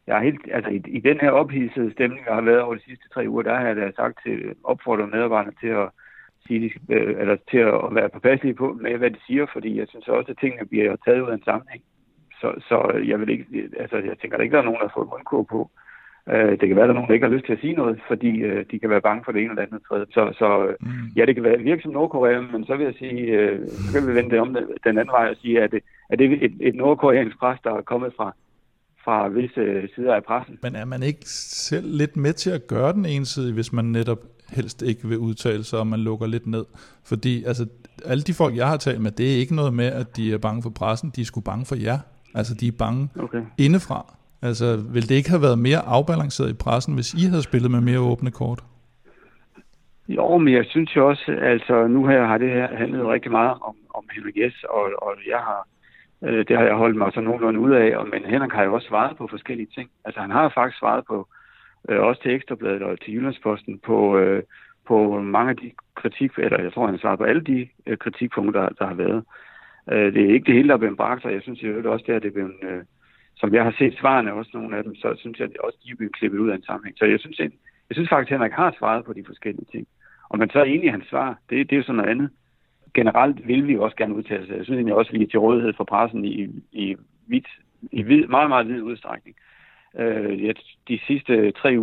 jeg er helt, altså i den her ophidsede stemning, der har været over de sidste 3 uger, der har jeg da sagt til opfordrede medarbejderne til at sige, eller til at være påpasselige på med, hvad de siger, fordi jeg synes også, at tingene bliver taget ud af en sammenhæng. Så jeg vil ikke, altså jeg tænker, der ikke er nogen, der har fået mundkurv på. Det kan være, at der er nogen, der ikke har lyst til at sige noget, fordi de kan være bange for det ene eller andet tredje. Så ja, det kan virke som Nordkorea, men så vil jeg sige, så kan vi vende det om den anden vej og sige, at det et nordkoreansk pres, der er kommet fra visse sider af pressen. Men er man ikke selv lidt med til at gøre den ensidige, hvis man netop helst ikke vil udtale sig, og man lukker lidt ned? Fordi altså, alle de folk, jeg har talt med, det er ikke noget med, at de er bange for pressen, de er sgu bange for jer. Altså, de er bange indefra. Altså, ville det ikke have været mere afbalanceret i pressen, hvis I havde spillet med mere åbne kort? Jo, men jeg synes jo også, altså nu her har det her handlet rigtig meget om Henrik Jes, og jeg har, det har jeg holdt mig så nogenlunde ud af, men Henrik har jo også svaret på forskellige ting. Altså han har faktisk svaret på, også til Ekstrabladet og til Jyllandsposten, på mange af de eller jeg tror han har svaret på alle de kritikpunkter, der har været. Det er ikke det hele, der er blevet bragt, og jeg synes jo også, det er blevet, som jeg har set svarene, også nogle af dem, så synes jeg, at også de er blevet klippet ud af en sammenhæng. Så jeg synes faktisk, at Henrik har svaret på de forskellige ting. Og man så er enig i hans svar, det er jo sådan noget andet. Generelt vil vi også gerne udtale sig. Jeg synes egentlig også, at vi er til rådighed for pressen i meget, meget vid udstrækning. De sidste 3-4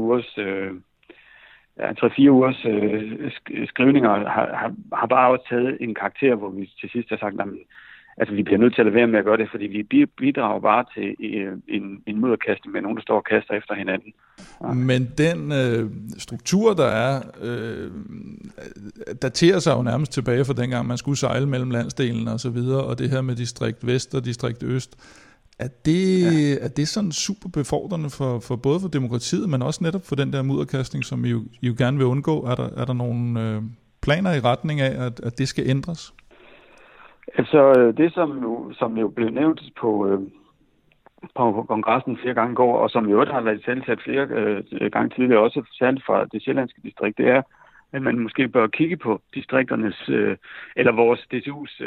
ugers skrivninger har bare også taget en karakter, hvor vi til sidst har sagt, at vi bliver nødt til at lade være med at gøre det, fordi vi bidrager bare til en mudderkastning med nogen, der står og kaster efter hinanden. Ja. Men den struktur, der er, daterer sig jo nærmest tilbage fra dengang, man skulle sejle mellem landsdelene og så videre, og det her med distrikt vest og distrikt øst. Er det sådan super befordrende for både for demokratiet, men også netop for den der mudderkastning, som I jo gerne vil undgå? Er der nogle planer i retning af, at det skal ændres? Altså det, som jo blev nævnt på kongressen flere gange i går, og som jo har været tilsat flere gange tidligere, også særligt fra det sjællandske distrikt, det er, at man måske bør kigge på distrikternes, eller vores DTU's,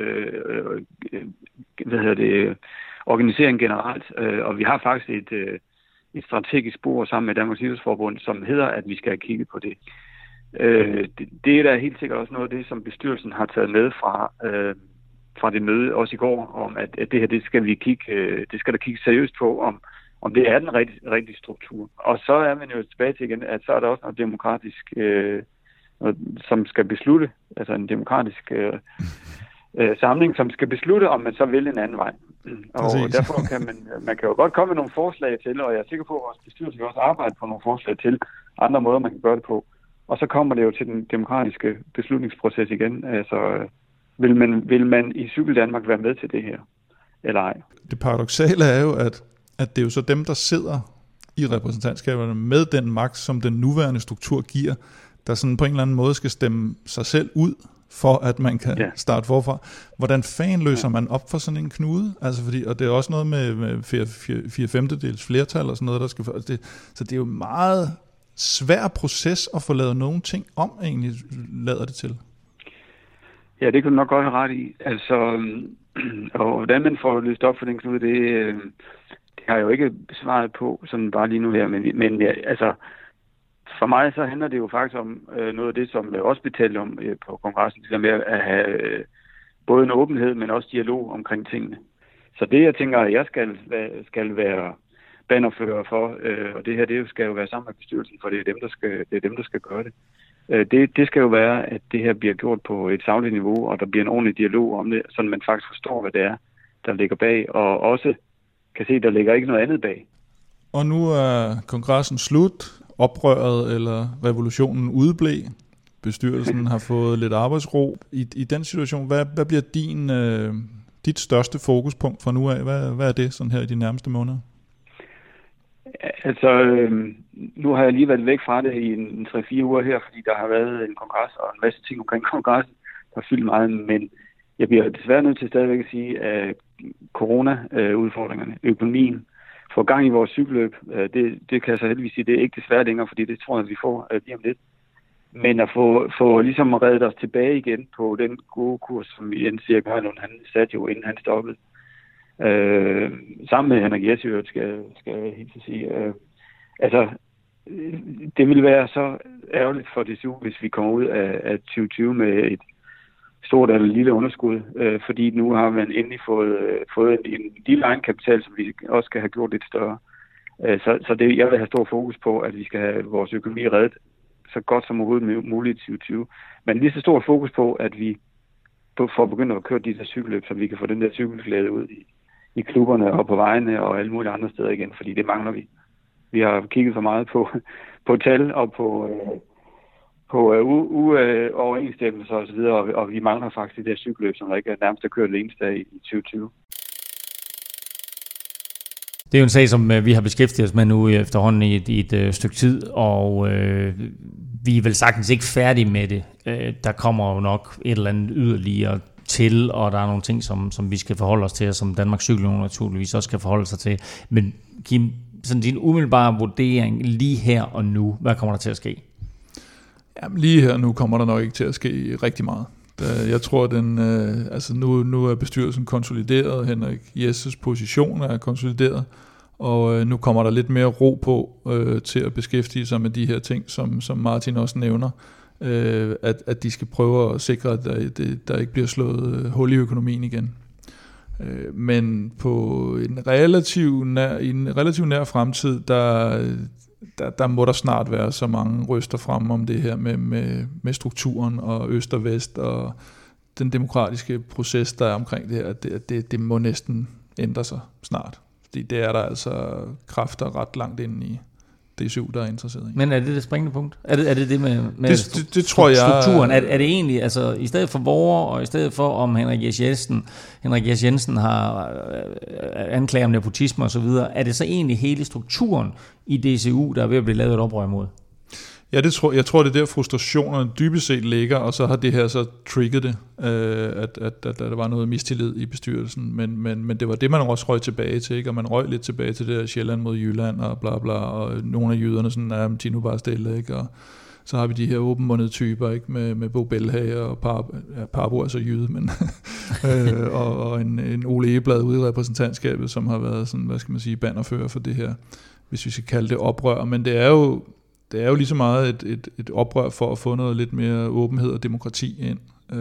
organisering generelt. Og vi har faktisk et strategisk spor sammen med Danmarks Idrætsforbund, som hedder, at vi skal have kigget på det. Det er da helt sikkert også noget af det, som bestyrelsen har taget med fra det møde, også i går, om at det her, det skal der kigge seriøst på, om det er den rigtige struktur. Og så er man jo tilbage til igen, at så er der også noget demokratisk, som skal beslutte, altså en demokratisk samling, som skal beslutte, om man så vil en anden vej. Og derfor kan man kan jo godt komme med nogle forslag til, og jeg er sikker på, at vores bestyrelse vil også arbejde på nogle forslag til andre måder, man kan gøre det på. Og så kommer det jo til den demokratiske beslutningsproces igen. Altså, vil man i Cykel Danmark være med til det her, eller ej? Det paradoksale er jo, at det er jo så dem, der sidder i repræsentantskaberne med den magt, som den nuværende struktur giver, der sådan på en eller anden måde skal stemme sig selv ud, for at man kan starte forfra. Hvordan fanden løser man op for sådan en knude? Altså fordi, og det er også noget med 4/5 flertal og sådan noget, der skal... Så det er jo en meget svær proces at få lavet nogle ting om, egentlig lader det til. Ja, det kan du nok godt have ret i. Altså, og hvordan man får løst op for den knude, det har jeg jo ikke svaret på, sådan bare lige nu her, men altså, for mig så handler det jo faktisk om noget af det, som jeg også betalte om på kongressen, det med at have både en åbenhed, men også dialog omkring tingene. Så det, jeg tænker, at jeg skal være bannerfører for, og det her, skal jo være sammen med bestyrelsen, for det er dem, der skal gøre det. Det skal jo være, at det her bliver gjort på et sagligt niveau, og der bliver en ordentlig dialog om det, så man faktisk forstår, hvad det er, der ligger bag, og også kan se, at der ligger ikke noget andet bag. Og nu er kongressen slut, oprøret eller revolutionen udeblev. Bestyrelsen har fået lidt arbejdsro. I den situation, hvad bliver dit største fokuspunkt fra nu af? Hvad er det sådan her i de nærmeste måneder? Altså, nu har jeg lige været væk fra det i en 3-4 uger her, fordi der har været en kongres og en masse ting omkring kongressen, der har fyldt meget, men jeg bliver desværre nødt til stadigvæk at sige, at corona-udfordringerne, økonomien, få gang i vores cykelløb, det kan jeg så heldigvis sige, det er ikke desværre længere, fordi det tror jeg, vi får lige om lidt. Men at få ligesom reddet os tilbage igen på den gode kurs, som Jens Erik Højlund, han satte jo, inden han stoppede. Sammen med Henrik Jesø, skal jeg helt sige. Det vil være så ærgerligt for DCU, hvis vi kommer ud af 2020 med et stort eller lille underskud, fordi nu har man endelig fået en lille egenkapital, som vi også skal have gjort lidt større. Så jeg vil have stor fokus på, at vi skal have vores økonomi reddet så godt som overhovedet muligt i 2020. Men lige så stor fokus på, at vi får begyndt at køre de der cykelløb, så vi kan få den der cykelglæde ud i klubberne og på vejene og alle mulige andre steder igen, fordi det mangler vi. Vi har kigget for meget på tal og på uoverensstemmelser og så videre, og vi mangler faktisk det der cykelløb, som der ikke er nærmest kørt det eneste af i 2020. Det er jo en sag, som vi har beskæftiget os med nu efterhånden i et stykke tid, og vi er vel sagtens ikke færdige med det. Der kommer jo nok et eller andet yderligere til, og der er nogle ting, som vi skal forholde os til, og som Danmarks Cykelunion naturligvis også skal forholde sig til. Men Kim, sådan din umiddelbare vurdering lige her og nu, hvad kommer der til at ske? Jamen, lige her nu kommer der nok ikke til at ske rigtig meget. Jeg tror, nu er bestyrelsen konsolideret, Henrik Jesses position er konsolideret, og nu kommer der lidt mere ro på til at beskæftige sig med de her ting, som Martin også nævner, at de skal prøve at sikre, at der ikke bliver slået hul i økonomien igen. Men på en relativt nær fremtid, der må der snart være så mange røster frem om det her med strukturen og øst og vest og den demokratiske proces, der er omkring det her, det må næsten ændre sig snart. Fordi det er der altså kræfter ret langt inde i DCU, der er interesseret i. Men er det springende punkt? Er det med det tror jeg, strukturen? Er det egentlig, altså i stedet for Vore, og i stedet for om Henrik Jes Jensen har anklager om nepotisme og så videre, er det så egentlig hele strukturen i DCU, der er ved at blive lavet et oprør imod? Ja, jeg tror, det er der frustrationerne dybest set ligger, og så har det her så trigget det, at der var noget mistillid i bestyrelsen, men det var det, man også røg tilbage til, ikke? Og man røg lidt tilbage til det der Sjælland mod Jylland og bla bla, og nogle af jyderne sådan, de nu bare stille, ikke? Og så har vi de her åbenmundede typer, ikke? Med Bo Bellhage og Parbo, altså jyde, men og en Ole Egeblad ude i repræsentantskabet, som har været sådan, hvad skal man sige, bannerfører for det her, hvis vi skal kalde det oprør, men det er jo lige så meget et oprør for at få noget lidt mere åbenhed og demokrati ind,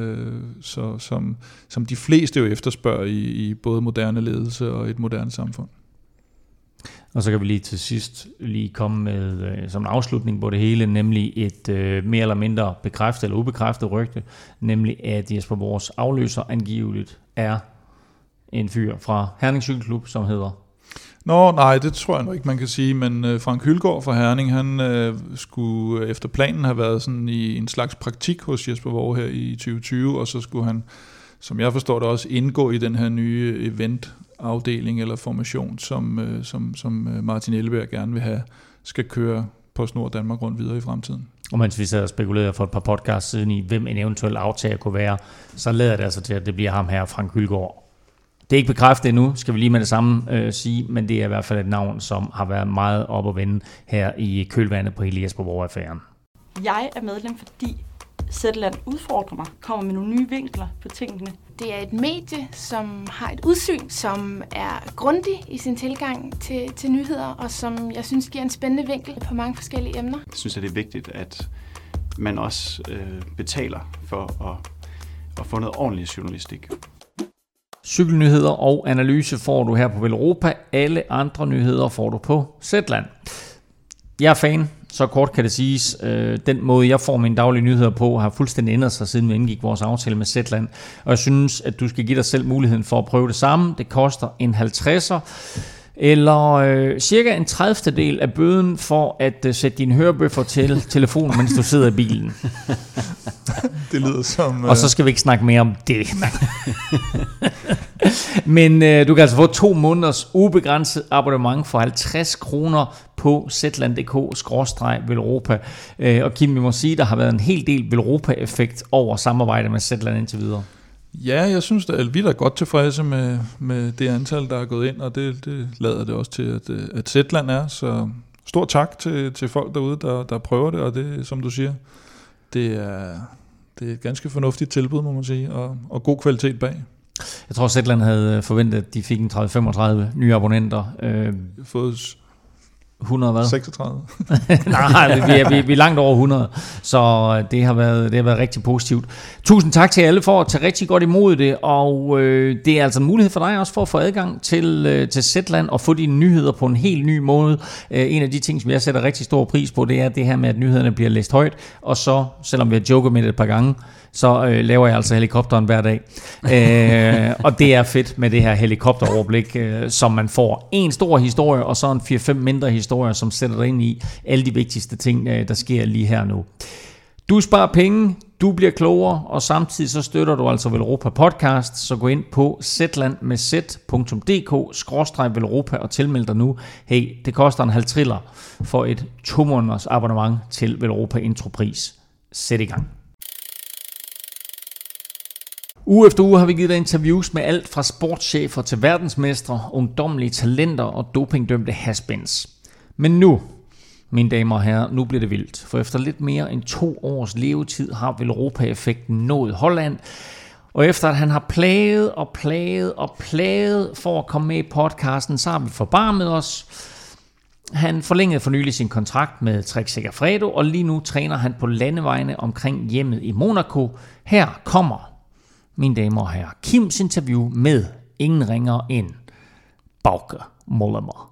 som de fleste jo efterspørger i både moderne ledelse og et moderne samfund. Og så kan vi lige til sidst komme med som en afslutning på det hele, nemlig et mere eller mindre bekræftet eller ubekræftet rygte, nemlig at Jesper Vores afløser angiveligt er en fyr fra Herning Cykelklub, som hedder... Nej, det tror jeg nok ikke, man kan sige, men Frank Hylgaard fra Herning, han skulle efter planen have været sådan i en slags praktik hos Jesper Vore her i 2020, og så skulle han, som jeg forstår det, også indgå i den her nye eventafdeling eller formation, som Martin Elleberg gerne vil have, skal køre PostNord Danmark rundt videre i fremtiden. Og mens vi sad og spekulerede for et par podcasts siden i, hvem en eventuel aftager kunne være, så lader det altså til, at det bliver ham her, Frank Hylgaard. Det er ikke bekræftet endnu, skal vi lige med det samme sige, men det er i hvert fald et navn, som har været meget op at vende her i kølvandet på hele Jesper Vore-affæren. Jeg er medlem, fordi Zetland udfordrer mig, kommer med nogle nye vinkler på tingene. Det er et medie, som har et udsyn, som er grundig i sin tilgang til nyheder, og som jeg synes giver en spændende vinkel på mange forskellige emner. Jeg synes, at det er vigtigt, at man også betaler for at få noget ordentlig journalistik. Cykelnyheder og analyse får du her på Velropa. Alle andre nyheder får du på Zetland. Jeg er fan, så kort kan det siges. Den måde, jeg får mine daglige nyheder på, har fuldstændig ændret sig, siden vi indgik vores aftale med Zetland. Og jeg synes, at du skal give dig selv muligheden for at prøve det samme. Det koster en 50'er. Eller cirka en 30. af bøden for at sætte dine hørebøffer til telefonen, mens du sidder i bilen. Det lyder som... Og så skal vi ikke snakke mere om det. Men du kan altså få 2 måneders ubegrænset abonnement for 50 kroner på zetland.dk/Velropa. Og Kim, vi må sige, der har været en hel del Velropa-effekt over samarbejdet med Zetland indtil videre. Ja, jeg synes, at vi er godt tilfredse med det antal, der er gået ind, og det lader det også til, at Zetland er. Så stor tak til folk derude, der prøver det, og det, som du siger, det er et ganske fornuftigt tilbud, må man sige, og god kvalitet bag. Jeg tror, Zetland havde forventet, at de fik en 30-35 nye abonnenter. Fået 100 hvad? 36. Nej, vi er langt over 100, så det har været rigtig positivt. Tusind tak til alle for at tage rigtig godt imod det, og det er altså en mulighed for dig også for at få adgang til Zetland og få dine nyheder på en helt ny måde. En af de ting, som jeg sætter rigtig stor pris på, det er det her med, at nyhederne bliver læst højt, og så, selvom vi har joket med det et par gange, så laver jeg altså helikopteren hver dag. Og det er fedt med det her helikopteroverblik, som man får en stor historie, og så en 4-5 mindre historier, som sætter dig ind i alle de vigtigste ting, der sker lige her nu. Du sparer penge, du bliver klogere, og samtidig så støtter du altså Velropa Podcast, så gå ind på zetlandmedz.dk/Velropa og tilmeld dig nu. Hey, det koster en halv triller for et 2 måneders abonnement til Velropa Intropris. Sæt i gang. Uge efter uge har vi givet dig interviews med alt fra sportschefer til verdensmestre, ungdommelige talenter og dopingdømte has-beens. Men nu, mine damer og herrer, nu bliver det vildt. For efter lidt mere end 2 års levetid har Velropa-effekten nået Holland. Og efter at han har plaget for at komme med i podcasten, så har vi forbarmet os. Han forlængede for nylig sin kontrakt med Trek Segafredo, og lige nu træner han på landevejene omkring hjemmet i Monaco. Her kommer, mine damer og herrer, Kims interview med ingen ringer end Bauke Mollema.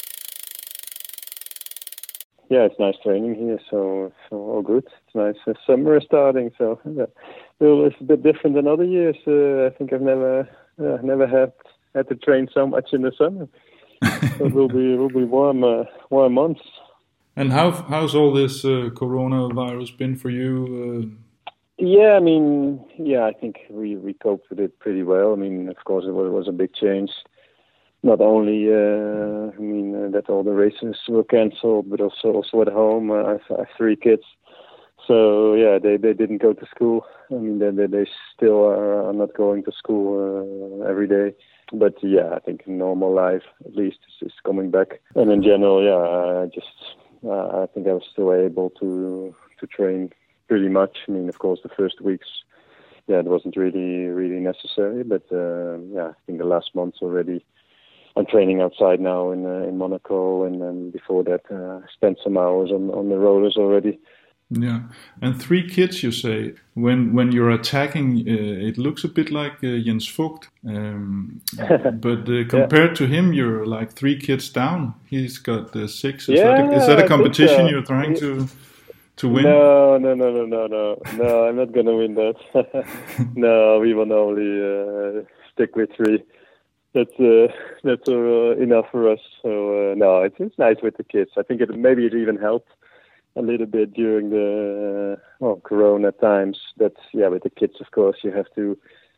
Yeah, it's nice training here, so all good. It's nice. Summer is starting, so it's a bit different than other years. I think I've never had to train so much in the summer. So it will be warm months. And how's all this coronavirus been for you? Yeah, I mean, I think we coped with it pretty well. I mean, of course, it was a big change. Not only, that all the races were cancelled, but also at home. I have 3 kids, so yeah, they didn't go to school. I mean, they still are not going to school every day. But yeah, I think normal life at least is coming back. And in general, I think I was still able to train pretty much. I mean, of course, the first weeks, it wasn't really necessary. But I think the last months already. I'm training outside now in Monaco, and then before that, I spent some hours on the rollers already. Yeah, and 3 kids, you say. When you're attacking, it looks a bit like Jens Vogt, but compared to him, you're like 3 kids down. He's got 6. Is that a competition you're trying to win? No. I'm not gonna win that. No, we will only stick with 3. That's enough for us. So no, it's nice with the kids. I think maybe it even helped a little bit during the Corona times. But with the kids, of course, you have to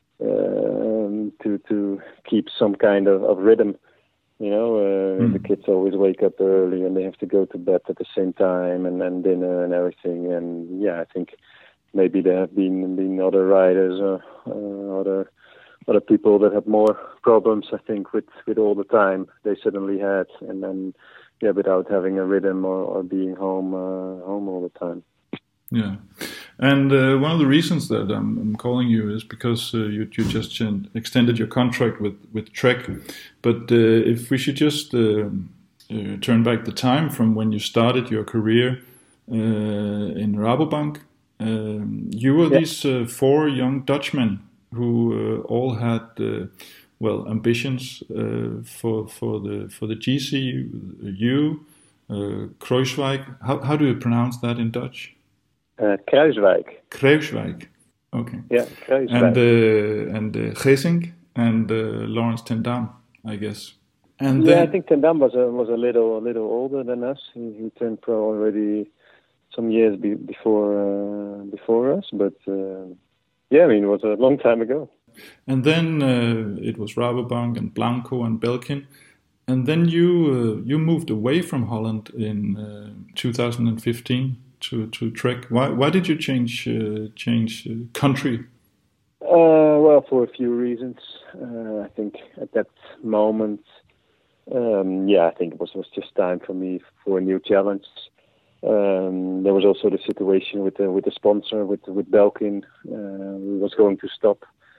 keep some kind of rhythm. You know, the kids always wake up early and they have to go to bed at the same time, and then dinner and everything. And I think maybe there have been other riders or other people that had more problems, I think, with all the time they suddenly had, and then without having a rhythm or being home all the time. Yeah, and one of the reasons that I'm calling you is because you just extended your contract with Trek. But if we should just turn back the time from when you started your career in Rabobank, you were these 4 young Dutchmen who all had ambitions for the GC. You, Kruijswijk. How do you pronounce that in Dutch? Kruijswijk. Okay. Yeah, Kruijswijk. And Geesink and Laurens ten Dam, I guess. And I think ten Dam was a little older than us. He turned pro already some years before us, but. It was a long time ago. And then it was Rabobank and Blanco and Belkin. And then you moved away from Holland in 2015 to Trek. Why did you change country? For a few reasons. I think at that moment, I think it was just time for me for a new challenge. There was also the situation with the sponsor with Belkin, who was going to stop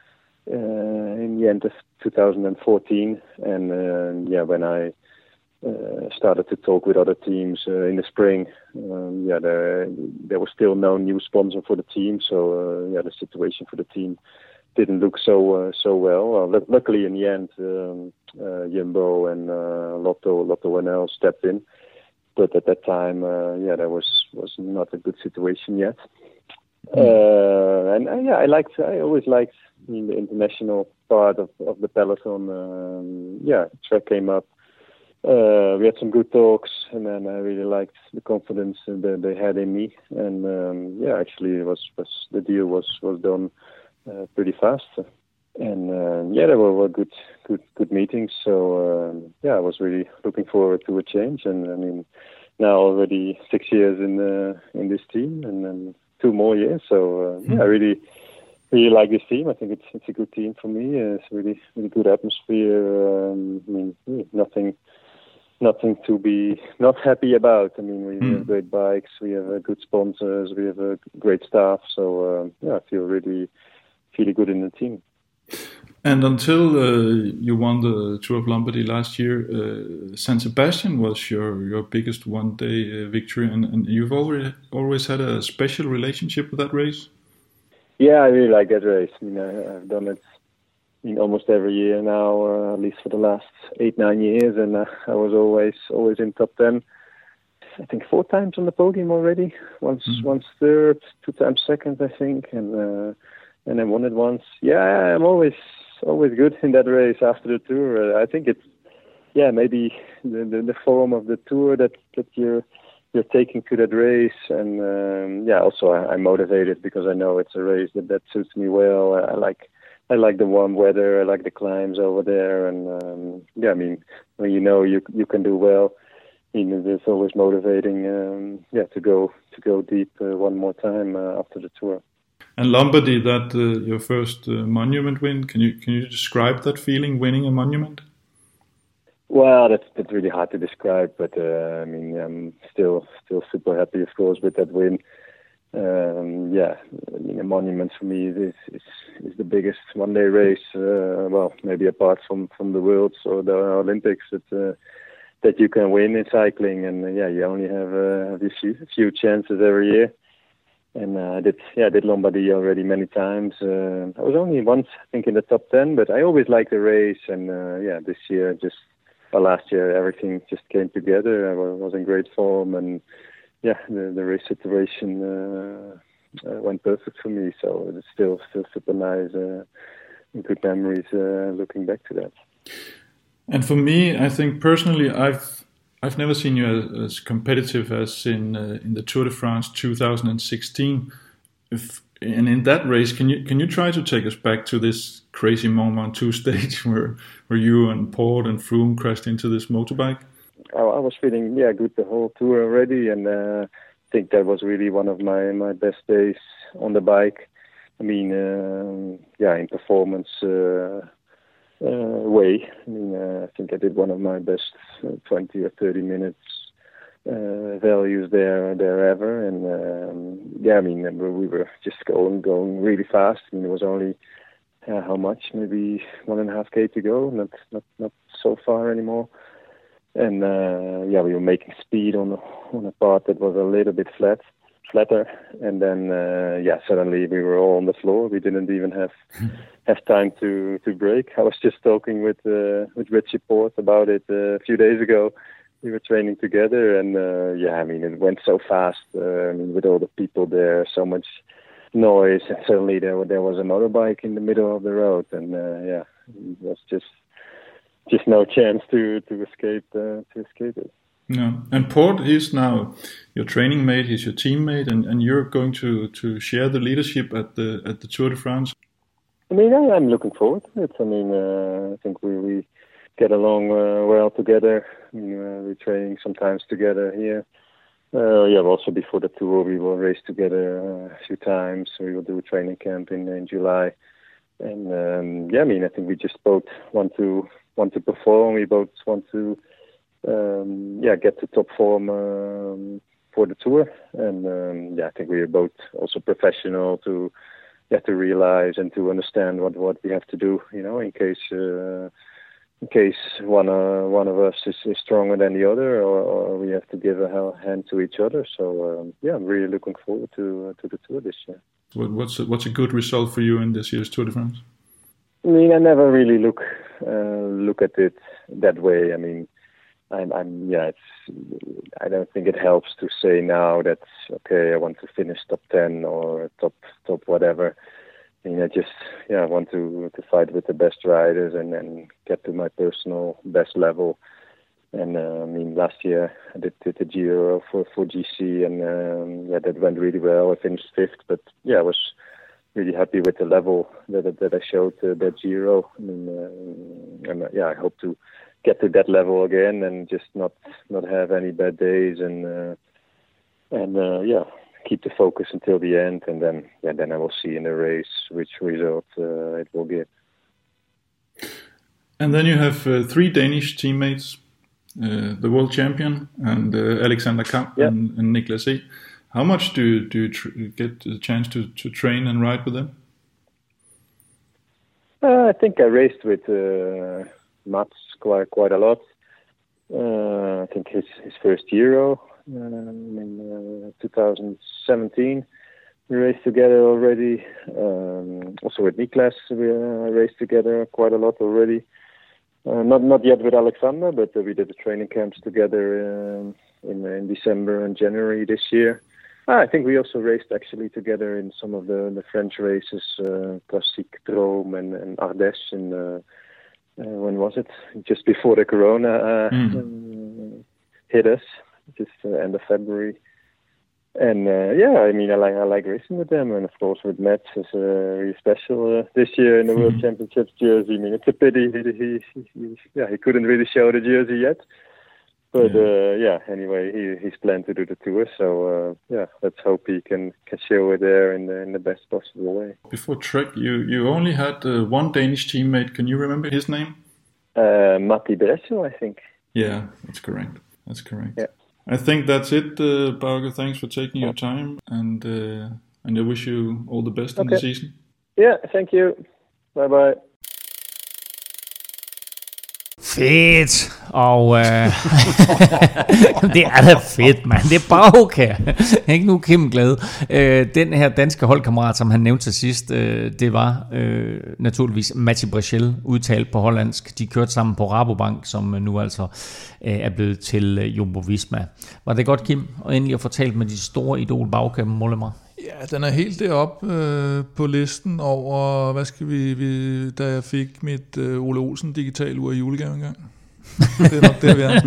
in the end of 2014, and when I started to talk with other teams in the spring, there was still no new sponsor for the team, so the situation for the team didn't look so well. Luckily, in the end, Jumbo and Lotto NL stepped in, but at that time, there was not a good situation yet. I always liked the international part of the peloton. Trek came up. We had some good talks, and then I really liked the confidence that they had in me. And actually, the deal was done pretty fast. And there were good meetings. So I was really looking forward to a change. And I mean, now already 6 years in this team, and then 2 more years. So I really like this team. I think it's a good team for me. It's really good atmosphere. Nothing to be not happy about. I mean, we have great bikes, we have good sponsors, we have a great staff. So I feel really good in the team. And until you won the Tour of Lombardy last year, San Sebastian was your biggest one-day victory, and you've always had a special relationship with that race. Yeah, I really like that race. I mean, I've done it almost every year now, at least for the last 8-9 years, and I was always in top 10. I think 4 times on the podium already. Once third, 2 times second, I think, and I won it once. Yeah, I'm always good in that race after the Tour. I think it's maybe the form of the Tour that you're taking to that race, and also I'm motivated because I know it's a race that suits me well. I like the warm weather. I like the climbs over there, and I mean, when you can do well, it's always motivating. To go deep one more time after the Tour. And Lombardy, that your first monument win. Can you describe that feeling, winning a monument? Well, that's really hard to describe, but I mean, I'm still super happy, of course, with that win. I mean, a monument for me is the biggest one-day race. Well, maybe apart from the Worlds or the Olympics that you can win in cycling, and you only have a few chances every year. And I did Lombardy already many times. I was only once, I think, in the top 10, but I always liked the race. And this year, last year, everything just came together. I was in great form, and the race situation went perfect for me. So it's still super nice, good memories looking back to that. And for me, I think personally, I've never seen you as competitive as in the Tour de France 2016. And in that race, can you try to take us back to this crazy Mont Ventoux stage where you and Port and Froome crashed into this motorbike? I was feeling good the whole tour already, and I think that was really one of my best days on the bike. I mean, in performance way. I mean, I think I did one of my best 20 or 30 minutes values there ever, and I mean, we were just going really fast. I mean, it was only how much, maybe 1.5K to go, not so far anymore. And we were making speed on a part that was a little bit flatter, and then suddenly we were all on the floor. We didn't even have time to brake. I was just talking with Richie Porte about it a few days ago. We were training together, and I mean, it went so fast. I mean, with all the people there, so much noise, and suddenly there was a motorbike in the middle of the road, and it was just no chance to escape it. No, and Port is now your training mate. He's your teammate, and you're going to share the leadership at the Tour de France. I mean, I'm looking forward to it. I mean, I think we get along well together. I mean, we're training sometimes together here. Also before the tour, we will race together a few times. We will do a training camp in July, and I mean, I think we just both want to perform. We both want to get to top form for the tour, and I think we are both also professional to have to realize and to understand what we have to do, in case one of us is stronger than the other, or we have to give a hand to each other. So I'm really looking forward to the Tour this year. What's a good result for you in this year's Tour de France? I mean, I never really look at it that way. I mean, I don't think it helps to say now that, okay, I want to finish top 10 or top whatever. I mean, I want to fight with the best riders and get to my personal best level. And I mean, last year I did the Giro for GC, and that went really well. I finished 5th, but I was really happy with the level that I showed that Giro. I mean, I hope to get to that level again and just not have any bad days and keep the focus until the end, and then I will see in the race which result it will give. And then you have 3 Danish teammates, the world champion and Alexander Kamp and Niklas E. How much do you get the chance to train and ride with them? I think I raced with Mats quite a lot. I think his first Giro in 2017 we raced together already. Also with Niklas we raced together quite a lot already. Not yet with Alexander, but we did the training camps together in December and January this year. I think we also raced actually together in some of the French races, Classique Drôme and Ardèche. And when was it? Just before the Corona hit us, just end of February. And I mean, I like racing with them, and of course with Mats is really special this year in the World Championships jersey. I mean, it's a pity he couldn't really show the jersey yet. But anyway, he's planned to do the tour, so let's hope he can show it there in the best possible way. Before Trek, you only had one Danish teammate. Can you remember his name? Matti Bresso, I think. Yeah, that's correct. Yeah. I think that's it, Bauke. Thanks for taking your time, and I wish you all the best in the season. Yeah, thank you. Bye-bye. Fedt, og det er da fedt, mand. Det er Bauke. Ikke nu Kim glad. Den her danske holdkammerat, som han nævnte til sidst, det var naturligvis Matti Breschel, udtalt på hollandsk. De kørte sammen på Rabobank, som nu altså er blevet til Jumbo Visma. Var det godt, Kim, og endelig at fortælle med de store idol Bauke Mollema? Ja, den er helt deroppe på listen over, hvad skal vi da jeg fik mit Ole Olsen digital ur i julegave engang. Det er nok det, vi er.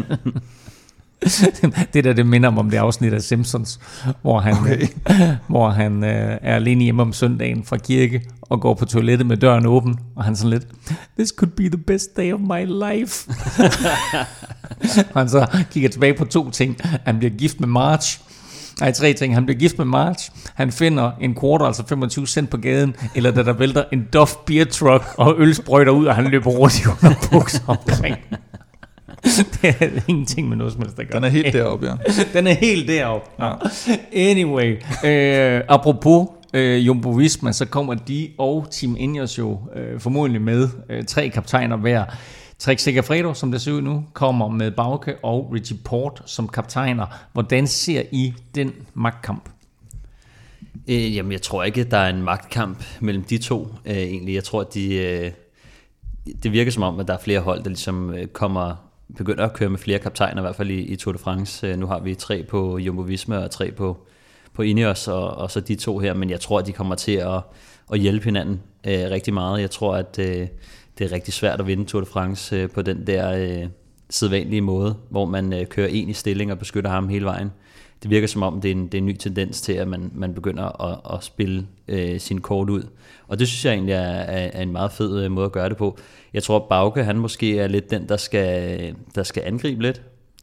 Det minder om det afsnit af Simpsons, hvor han er alene hjemme om søndagen fra kirke og går på toilettet med døren åben, og han sådan lidt, this could be the best day of my life. Og han så kigger tilbage på 2 ting. Han bliver gift med Marge. 3 ting. Han bliver gift med Marge. Han finder en quarter, altså 25 cent på gaden, eller da der vælter en Duff beer truck, og øl sprøjter ud, og han løber rundt i underbukser omkring. Det er ingenting med noget som helst, der gør. Den er helt deroppe, ja. Den er helt deroppe. Ja. Anyway, apropos Jumbo Visma, så kommer de og Team Ineos jo formodentlig med 3 kaptajner hver. Trek Segafredo, som det ser ud nu, kommer med Bauke og Richie Porte som kaptajner. Hvordan ser I den magtkamp? Jamen, jeg tror ikke, der er en magtkamp mellem de to, egentlig. Jeg tror, at det virker som om, at der er flere hold, der ligesom begynder at køre med flere kaptajner, i hvert fald i Tour de France. Nu har vi 3 på Jumbo Visma og 3 på Ineos, og så de 2 her. Men jeg tror, at de kommer til at hjælpe hinanden rigtig meget. Jeg tror, at det er rigtig svært at vinde Tour de France på den der sædvanlige måde, hvor man kører en i stilling og beskytter ham hele vejen. Det virker som om, det er en ny tendens til, at man begynder at spille sin kort ud. Og det synes jeg egentlig er en meget fed måde at gøre det på. Jeg tror, at Bauke, han måske er lidt den, der skal angribe lidt.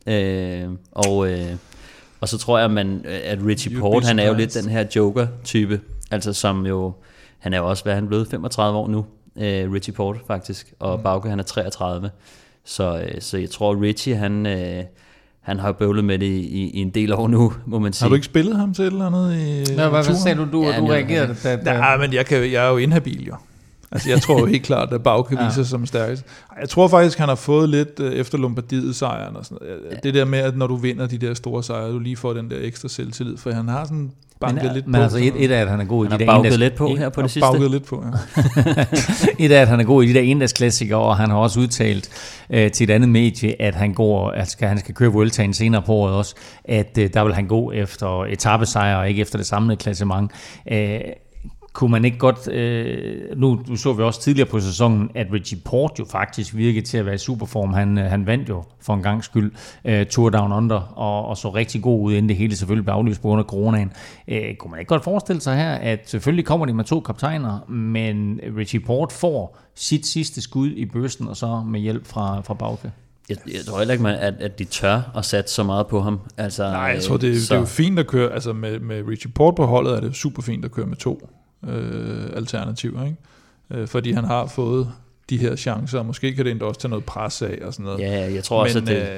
Og så tror jeg, at Richie Porte, han er jo lidt den her joker-type. Altså som jo, han er jo også, hvad han er blevet, 35 år nu. Richie Porte faktisk, og Bauke han er 33, så jeg tror Richie han har bøvlet med det i en del år nu, må man sige. Har du ikke spillet ham til et eller andet i hvad sagde du reagerede? Nej, men jeg er jo inhabil, jo. Altså, jeg tror jo helt klart, at Bauke viser som stærkest. Jeg tror faktisk, han har fået lidt efter Lombardiet-sejren og sådan noget. Det der med, at når du vinder de der store sejre, du lige får den der ekstra selvtillid, for han har sådan banket lidt på. Men altså et af, at han er god i de der banket lidt på her på det sidste. Banket lidt på, ja. Et af, at han er god i de der endagsklassikere, og han har også udtalt til et andet medie, at han skal køre Vueltaen senere på året også, at der vil han gå efter etapesejre og ikke efter det samlede klassement. Kunne man ikke godt... Nu så vi også tidligere på sæsonen, at Richie Porte jo faktisk virkede til at være i superform. Han vandt jo for en gangs skyld Tour Down Under, og så rigtig god ud, inden det hele selvfølgelig blev aflyst på grund af coronaen. Kunne man ikke godt forestille sig her, at selvfølgelig kommer de med 2 kaptajner, men Richie Porte får sit sidste skud i bøssen, og så med hjælp fra Bauke? Jeg tror heller ikke, at de tør at satse så meget på ham. Altså, nej, jeg tror, det er jo fint at køre... Altså med Richie Porte på holdet er det super fint at køre med 2 alternativer, ikke? Fordi han har fået de her chancer, og måske kan det endda også tage noget pres af og sådan noget. Ja, jeg tror også, at det... jeg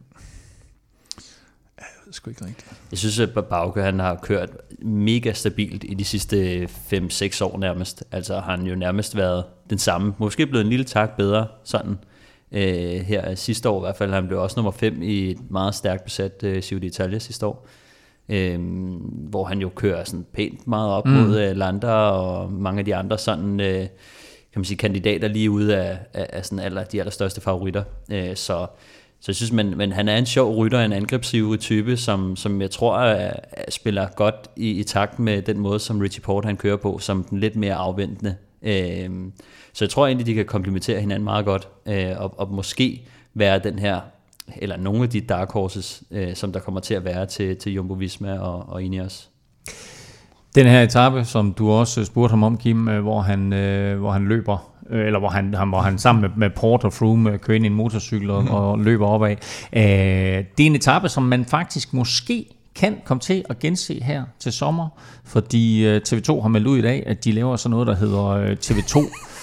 ved sgu ikke rigtigt. Jeg synes, at Bauke, han har kørt mega stabilt i de sidste 5-6 år nærmest. Altså har han jo nærmest været den samme. Måske blevet en lille tak bedre sådan. Her sidste år i hvert fald. Han blev også nummer 5 i et meget stærkt besat Giro d'Italia sidste år. Hvor han jo kører sådan pænt meget op mod Landa og mange af de andre sådan, kan man sige, kandidater lige ude af sådan de allerstørste favoritter. Så jeg synes, men han er en sjov rytter, en angrebsivrig type, som jeg tror spiller godt i takt med den måde, som Richie Porte han kører på, som den lidt mere afventende. Så jeg tror egentlig, de kan komplementere hinanden meget godt, og måske være den her, eller nogle af de dark horses, som der kommer til at være til Jumbo Visma og Ineos. Den her etape, som du også spurgte ham om, Kim, hvor han løber, eller hvor han sammen med Porte og Froome kører ind i en motorcykel og løber opad. Det er en etape, som man faktisk måske kan komme til at gense her til sommer, fordi TV2 har meldt ud i dag, at de laver sådan noget, der hedder TV2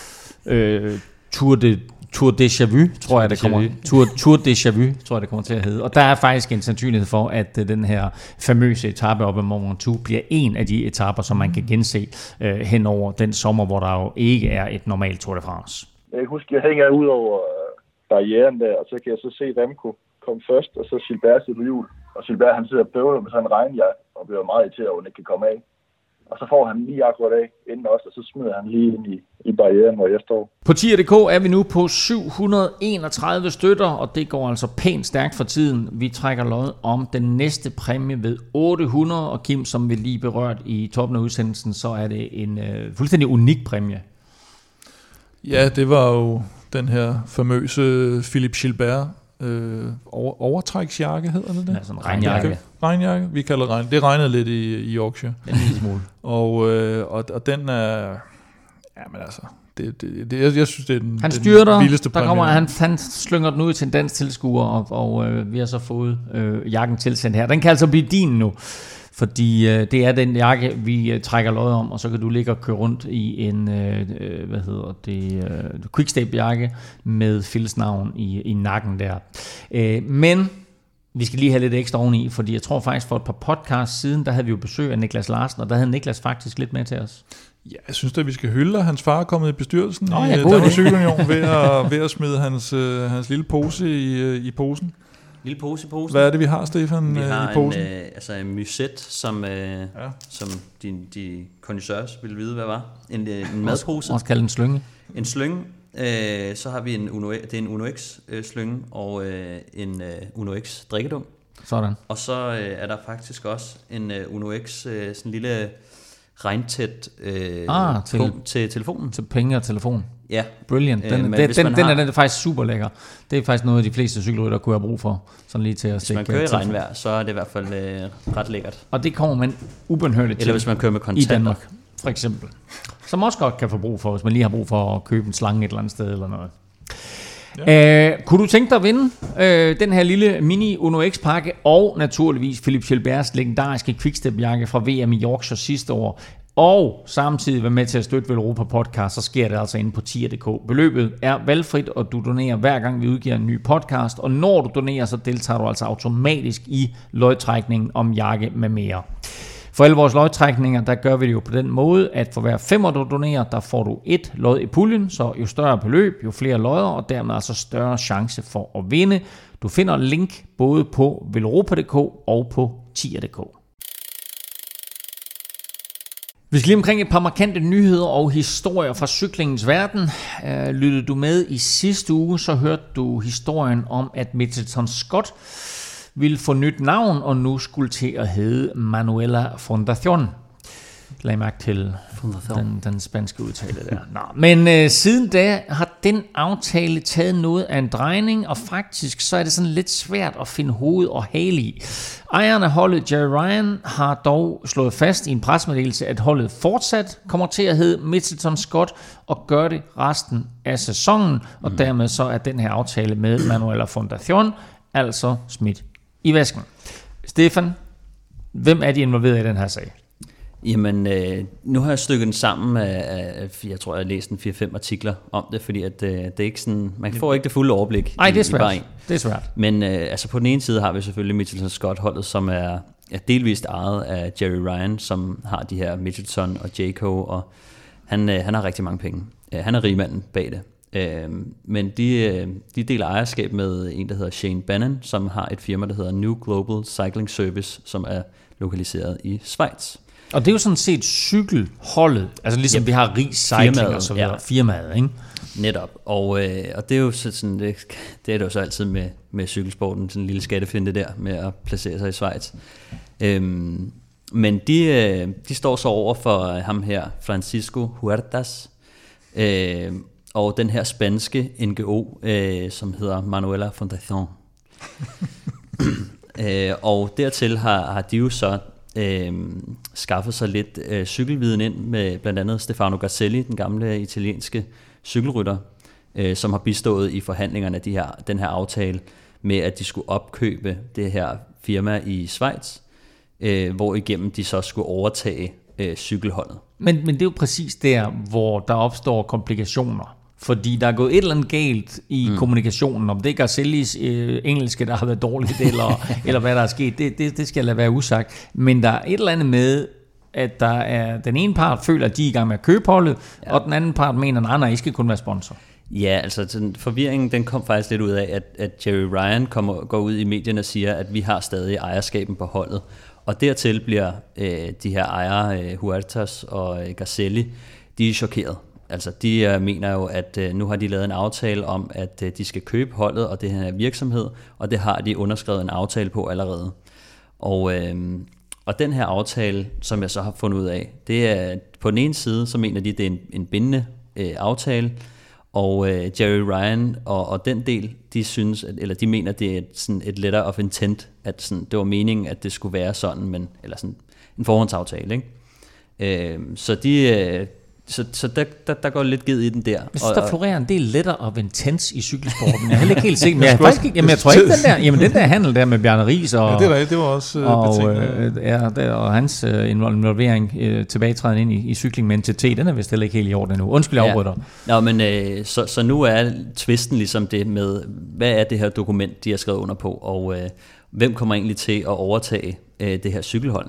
Tour Déjà Vu, tror jeg, det kommer. Tour Déjà Vu, tror jeg, det kommer til at hedde. Og der er faktisk en sandsynlighed for, at den her famøse etape op ad Mont Ventoux bliver en af de etaper, som man kan gense hen over den sommer, hvor der jo ikke er et normalt Tour de France. Jeg kan huske, jeg hænger ud over barrieren der, og så kan jeg så se Remco komme først, og så Gilbert sidder på hjul. Og Gilbert, han sidder og bøvler med sådan en regnjakke, og bliver meget irriteret over, at han ikke kan komme af. Og så får han lige akkurat af inden også, og så smider han lige ind i barrieren, hvor jeg står. På tier.dk er vi nu på 731 støtter, og det går altså pænt stærkt for tiden. Vi trækker lod om den næste præmie ved 800, og Kim, som vi lige berørt i toppen af udsendelsen, så er det en fuldstændig unik præmie. Ja, det var jo den her famøse Philippe Gilbert overtræksjakke, hedder det? Ja, sådan en regnjakke. Regnjakke, vi kalder regn. Det regnede lidt i Yorkshire. En lille smule. Og den er, ja, men altså, jeg synes, det er den, han styrter, den vildeste præmie. Han slynger den ud til en dansk tilskuer, og vi har så fået jakken tilsendt her. Den kan altså blive din nu, fordi det er den jakke, vi trækker lod om, og så kan du ligge og køre rundt i en Quickstep-jakke med Phils navn i nakken der. Men vi skal lige have lidt ekstra oveni, fordi jeg tror faktisk for et par podcasts siden, der havde vi jo besøg af Niklas Larsen, og der havde Niklas faktisk lidt med til os. Ja, jeg synes at vi skal hylde, at hans far er kommet i bestyrelsen i Danmarks Cykelunion ved at smide hans lille pose i posen. Lille pose i posen. Hvad er det, vi har, Stefan, vi har i posen? En muset, som de connoisseurs ville vide, hvad var. En madpose. Også kaldt en slynge. En slynge. Så har vi det er en Uno X slynge og en Uno X drikkedum. Sådan. Og så er der faktisk også en Uno X sådan en lille regntæt til telefonen. Til penge og telefon. Ja. Brilliant. Den er faktisk super lækker. Det er faktisk noget, de fleste cykelrytter kunne have brug for. Sådan lige til at hvis man kører i regnvejr, så er det i hvert fald ret lækkert. Og det kommer man ubenhørligt til. Eller hvis man kører med kontanter. I Danmark, for eksempel. Som også godt kan få brug for, hvis man lige har brug for at købe en slange et eller andet sted eller noget. Ja. Kunne du tænke dig at vinde den her lille mini Uno X-pakke, og naturligvis Philippe Gilberts legendariske Quickstep-jakke fra VM i Yorkshire sidste år? og samtidig være med til at støtte Velropa Podcast, så sker det altså inde på tier.dk. Beløbet er valgfrit, og du donerer hver gang vi udgiver en ny podcast, og når du donerer, så deltager du altså automatisk i lodtrækningen om jakke med mere. For alle vores lodtrækninger, der gør vi det jo på den måde, at for hver 5 du donerer, der får du et lod i puljen, så jo større beløb, jo flere lodder, og dermed altså større chance for at vinde. Du finder link både på velropa.dk og på tier.dk. Vi skal lige omkring et par markante nyheder og historier fra cyklingens verden. Lyttede du med i sidste uge, så hørte du historien om, at Mitchelton Scott ville få nyt navn, og nu skulle til at hedde Manuela Fundación. Lag mærke til den spanske udtale der. Nå. Men siden da har den aftale taget noget af en drejning, og faktisk så er det sådan lidt svært at finde hoved og hale i. Ejeren af holdet, Jerry Ryan, har dog slået fast i en pressemeddelelse, at holdet fortsat kommer til at hedde Mitchelton Scott og gør det resten af sæsonen, og dermed så er den her aftale med Manuela Fundación altså smidt i vasken. Stefan, hvem er de involveret i den her sag? Jamen, nu har jeg stykket den sammen af jeg tror, jeg har læst en 4-5 artikler om det, fordi at, det er ikke sådan, man får ikke det fulde overblik. Nej, det er svært. Det er svært. Men altså på den ene side har vi selvfølgelig Mitchelton Scott-holdet, som er delvist ejet af Jerry Ryan, som har de her Mitchelton og Jayco, og han har rigtig mange penge. Han er rigmanden bag det. Men de deler ejerskab med en, der hedder Shane Bannon, som har et firma, der hedder New Global Cycling Service, som er lokaliseret i Schweiz. Og det er jo sådan set cykelholdet, altså ligesom vi har Ries Cycling og så videre, firmaet, ikke? Netop, og det er jo sådan, det er det jo så altid med cykelsporten, sådan en lille skattefinte der, med at placere sig i Schweiz. Men de står så over for ham her, Francisco Huertas, og den her spanske NGO, som hedder Manuela Fundación. Og dertil har de jo så skaffet sig lidt cykelviden ind med blandt andet Stefano Garzelli, den gamle italienske cykelrytter, som har bistået i forhandlingerne af den her aftale med, at de skulle opkøbe det her firma i Schweiz, hvor igennem de så skulle overtage cykelholdet. Men det er jo præcis der, hvor der opstår komplikationer. Fordi der er gået et eller andet galt i kommunikationen, om det er Garzellis engelske, der har været dårligt, eller hvad der er sket, det skal lade være usagt. Men der er et eller andet med, at der er den ene part føler, at de er i gang med at købe holdet, og den anden part mener, at I skal kun være sponsor. Ja, altså forvirringen den kom faktisk lidt ud af, at Jerry Ryan går ud i medierne og siger, at vi har stadig ejerskaben på holdet. Og dertil bliver de her ejere, Huertas og Garzelli, de er chokeret. Altså de mener jo, at nu har de lavet en aftale om, at de skal købe holdet og det her virksomhed, og det har de underskrevet en aftale på allerede. Og den her aftale, som jeg så har fundet ud af, det er på den ene side, så mener de, det er en bindende aftale, og Jerry Ryan og den del, de mener, det er sådan et letter of intent, at sådan, det var meningen, at det skulle være sådan, men eller sådan en forhåndsaftale, ikke? Så der går lidt givet i den der. Jeg synes, der florerer en del letter of intense i cykelsporten. Jeg er heller ikke helt sikker, men jeg tror ikke den der handel der med Bjarne Riis og, det var også og hans involvering tilbagetræden ind i cykling med NTT, den er vist heller ikke helt i orden nu. Undskyld, jeg afbryder. Nå, men så nu er tvisten ligesom det med, hvad er det her dokument, de har skrevet under på, og hvem kommer egentlig til at overtage det her cykelhold?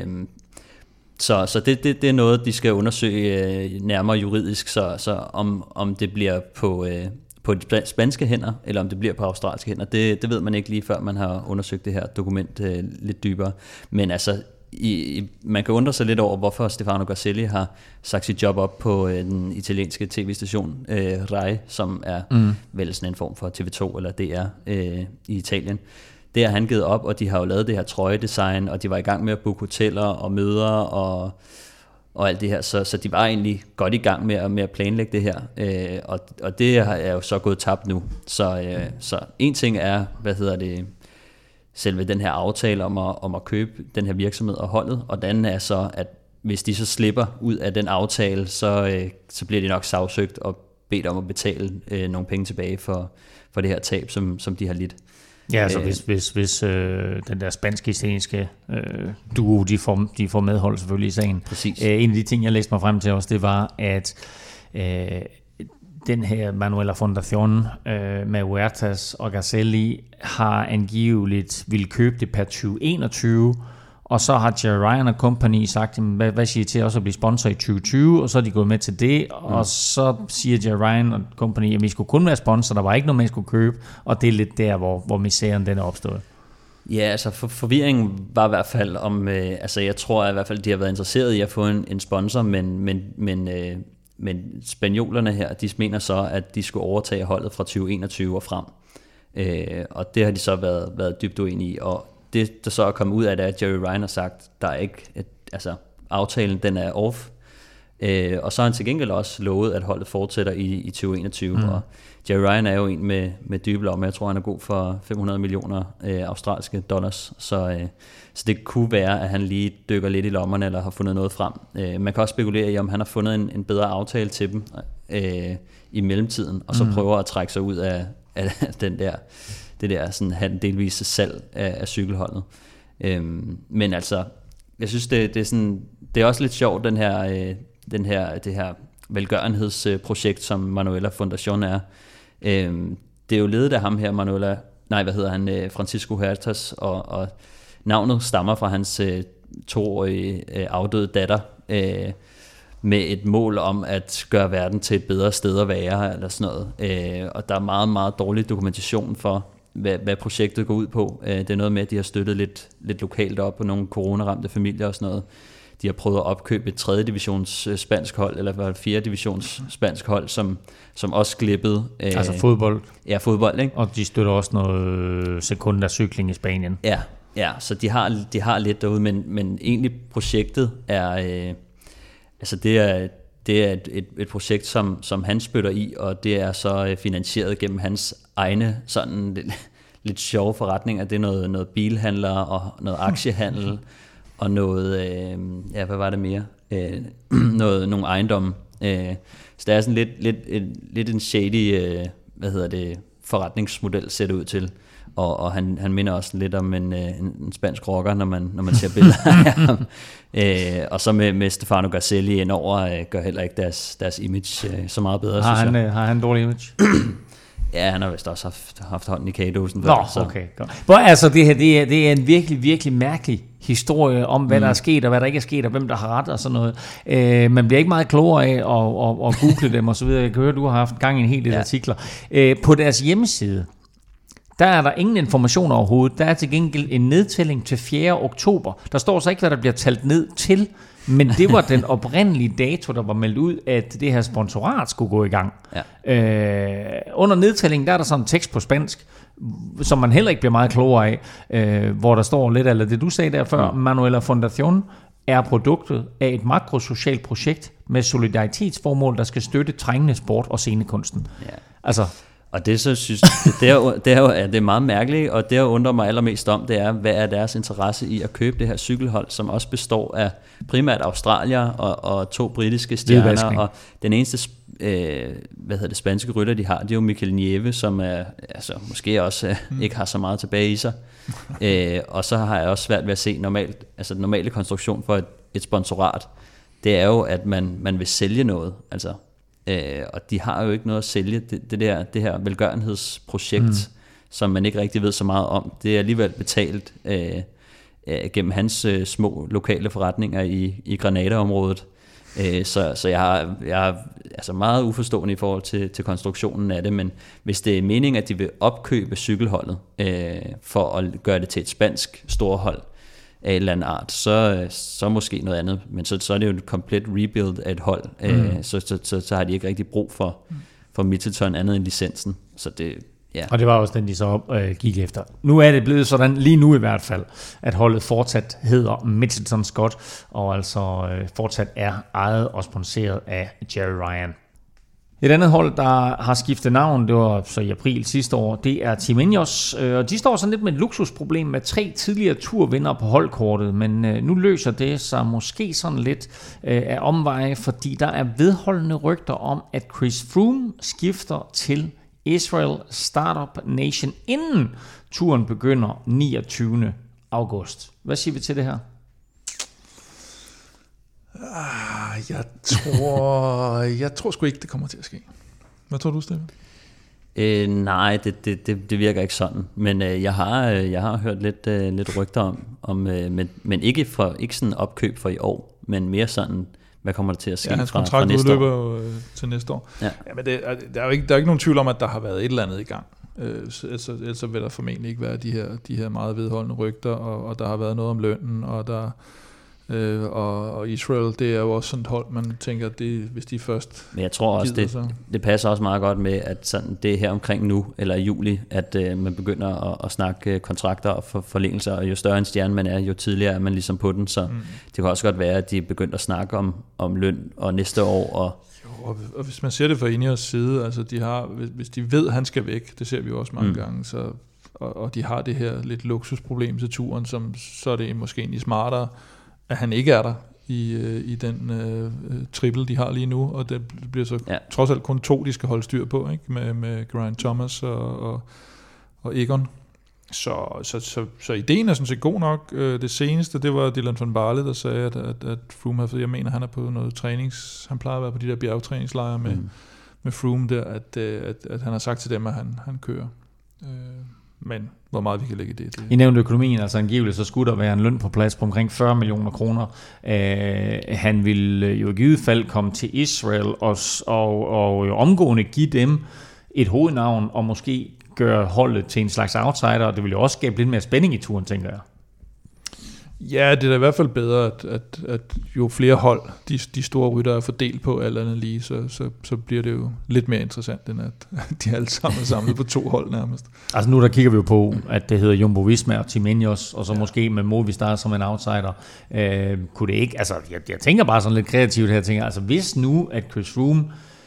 Så det er noget, de skal undersøge nærmere juridisk, så om det bliver på de spanske hænder, eller om det bliver på australske hænder, det ved man ikke lige før man har undersøgt det her dokument lidt dybere. Men altså, man kan undre sig lidt over, hvorfor Stefano Garzelli har sagt sit job op på den italienske tv-station RAI, som er vel sådan en form for TV2 eller DR i Italien. Det har han givet op, og de har jo lavet det her trøjedesign, og de var i gang med at booke hoteller og møder og alt det her, så de var egentlig godt i gang med at planlægge det her, og det er jo så gået tabt nu. Så en ting er, selve den her aftale om at købe den her virksomhed og holdet, og den anden er så, at hvis de så slipper ud af den aftale, så bliver de nok sagsøgt og bedt om at betale nogle penge tilbage for det her tab, som de har lidt. Ja, altså hvis den der spansk-italienske duo, de får medhold selvfølgelig i sagen. Præcis. En af de ting, jeg læste mig frem til også, det var, at den her Manuela Fundación med Huertas og Garzelli har angiveligt ville købe det per 2021, og så har Jerry Ryan og Company sagt, hvad siger I til også at blive sponsor i 2020, og så er de gået med til det, og så siger Jerry Ryan og Company, at vi skulle kun være sponsor, der var ikke noget, man skulle købe, og det er lidt der, hvor misæren den er opstået. Ja, altså forvirringen var i hvert fald om, altså jeg tror i hvert fald, de har været interesseret i at få en sponsor, men spanjolerne her, de mener så, at de skulle overtage holdet fra 2021 og frem. Og det har de så været dybt uenige i, og det der så er kommet ud af det, at Jerry Ryan har sagt, der er ikke, altså aftalen den er off, og så har han til gengæld også lovet, at holdet fortsætter i 2021, og Jerry Ryan er jo en med dybe lommer. Jeg tror, han er god for 500 millioner australske dollars, så det kunne være, at han lige dykker lidt i lommerne, eller har fundet noget frem. Man kan også spekulere i, om han har fundet en bedre aftale til dem i mellemtiden, og så prøver at trække sig ud af det der sådan delvise salg af cykelholdet. Men altså, jeg synes, det er også lidt sjovt, det her velgørenhedsprojekt, som Manuela Fundación er. Det er jo ledet af ham her, Francisco Huertas, og navnet stammer fra hans 2-årige afdøde datter, med et mål om at gøre verden til et bedre sted at være, eller sådan noget. Og der er meget, meget dårlig dokumentation for, hvad projektet går ud på. Det er noget med, at de har støttet lidt lokalt op på nogle coronaramte familier og sådan noget. De har prøvet at opkøbe et 3. divisions spansk hold, eller 4. divisions spansk hold, som også glippede. Altså fodbold. Ja, fodbold, ikke? Og de støtter også noget sekundærcykling i Spanien. Ja, så de har lidt derude, men egentlig projektet er... Altså det er et projekt, som han spytter i, og det er så finansieret gennem hans egne sådan lidt sjove forretninger. Det er noget bilhandler og noget aktiehandel og noget, hvad var det mere? Nogle ejendomme. Så det er sådan lidt en shady, forretningsmodel ser det ud til. Og han minder også lidt om en spansk rocker, når man ser billeder af ham. Og så med Stefano Garzelli indover, gør heller ikke deres image så meget bedre, synes jeg. Har han en dårlig image? Ja, han har vist også haft hånden i kagedåsen. Nå, okay, godt. Altså, det er en virkelig, virkelig mærkelig historie om, hvad der er sket, og hvad der ikke er sket, og hvem der har ret, og sådan noget. Man bliver ikke meget klogere af at google dem, og så videre. Jeg kan høre, du har haft gang i en hel del artikler. På deres hjemmeside, der er der ingen information overhovedet. Der er til gengæld en nedtælling til 4. oktober. Der står så ikke, hvad der bliver talt ned til, men det var den oprindelige dato, der var meldt ud, at det her sponsorat skulle gå i gang. Ja. Under nedtællingen, der er der sådan en tekst på spansk, som man heller ikke bliver meget klogere af, hvor der står lidt af det, du sagde der før. Manuela Fundación er produktet af et makrosocialt projekt med solidaritetsformål, der skal støtte trængende sport og scenekunsten. Ja. Altså... Og det så synes det er meget mærkeligt, og det jeg undrer mig allermest om, det er, hvad er deres interesse i at købe det her cykelhold, som også består af primært australier og 2 britiske stjerner, og den eneste spanske rytter, de har, det er jo Mikel Nieve, som er, altså, måske også ikke har så meget tilbage i sig. Og så har jeg også svært ved at se den normale konstruktion for et sponsorat, det er jo, at man vil sælge noget, altså. Og de har jo ikke noget at sælge. Det her velgørenhedsprojekt, som man ikke rigtig ved så meget om, det er alligevel betalt gennem hans små lokale forretninger i Granada-området. Så jeg er altså meget uforstående i forhold til konstruktionen af det, men hvis det er meningen, at de vil opkøbe cykelholdet for at gøre det til et spansk storhold af en eller anden art, så måske noget andet, men så er det jo et komplet rebuild af et hold, så har de ikke rigtig brug for Mitchelton andet end licensen, så det, ja. Og det var også den, de så gik efter. Nu er det blevet sådan, lige nu i hvert fald, at holdet fortsat hedder Mitchelton Scott, og altså fortsat er ejet og sponsoreret af Jerry Ryan. Et andet hold, der har skiftet navn, det var så i april sidste år, det er Team Ineos, og de står sådan lidt med et luksusproblem med 3 tidligere turvindere på holdkortet, men nu løser det sig måske sådan lidt af omveje, fordi der er vedholdende rygter om, at Chris Froome skifter til Israel Startup Nation, inden turen begynder 29. august. Hvad siger vi til det her? Jeg tror sgu ikke, det kommer til at ske. Hvad tror du, Steffen? Nej, det virker ikke sådan. Men jeg har hørt lidt rygter om men ikke sådan opkøb for i år, men mere sådan, hvad kommer der til at ske hans fra kontrakt næste udløber år? jo til næste år. Ja. Men der er jo ikke nogen tvivl om, at der har været et eller andet i gang. Ellers vil der formentlig ikke være de her meget vedholdende rygter, og der har været noget om lønnen, og Israel, det er jo også sådan et hold, man tænker, at hvis de først. Men jeg tror også, det passer også meget godt med, at sådan, det er her omkring nu, eller i juli, at man begynder at snakke kontrakter og forlængelser, og jo større en stjerne man er, jo tidligere er man ligesom på den, så det kan også godt være, at de er begyndt at snakke om løn og næste år. Og hvis man ser det fra Ineos side, altså hvis de ved, at han skal væk, det ser vi jo også mange gange, og de har det her lidt luksusproblem til turen, så er det måske egentlig smartere, at han ikke er der i den triple, de har lige nu, og det bliver så trods alt kun 2, de skal holde styr på, ikke? Med Geraint Thomas og Egon. Så ideen er sådan set god nok. Det seneste, det var Dylan van Baarle, der sagde, at Froome har, jeg mener, han er på noget han plejer at være på de der bjergtræningslejre med Froome der, at han har sagt til dem, at han kører. Men hvor meget vi kan lægge i det. I nævnte økonomien, altså angiveligt, så skulle der være en løn på plads på omkring 40 millioner kroner. Han ville jo i givet fald komme til Israel og omgående give dem et hovednavn, og måske gøre holdet til en slags outsider, og det ville jo også skabe lidt mere spænding i turen, tænker jeg. Ja, det er da i hvert fald bedre, at jo flere hold, de store ryttere er fordelt på alt andet lige, så bliver det jo lidt mere interessant, end at de alle sammen er samlet på 2 hold nærmest. Altså nu der kigger vi jo på, at det hedder Jumbo Visma og Team Ineos, og så måske med Movistar som en outsider. Kunne det ikke, altså jeg tænker bare sådan lidt kreativt her, jeg tænker, altså hvis nu, at Chris Froome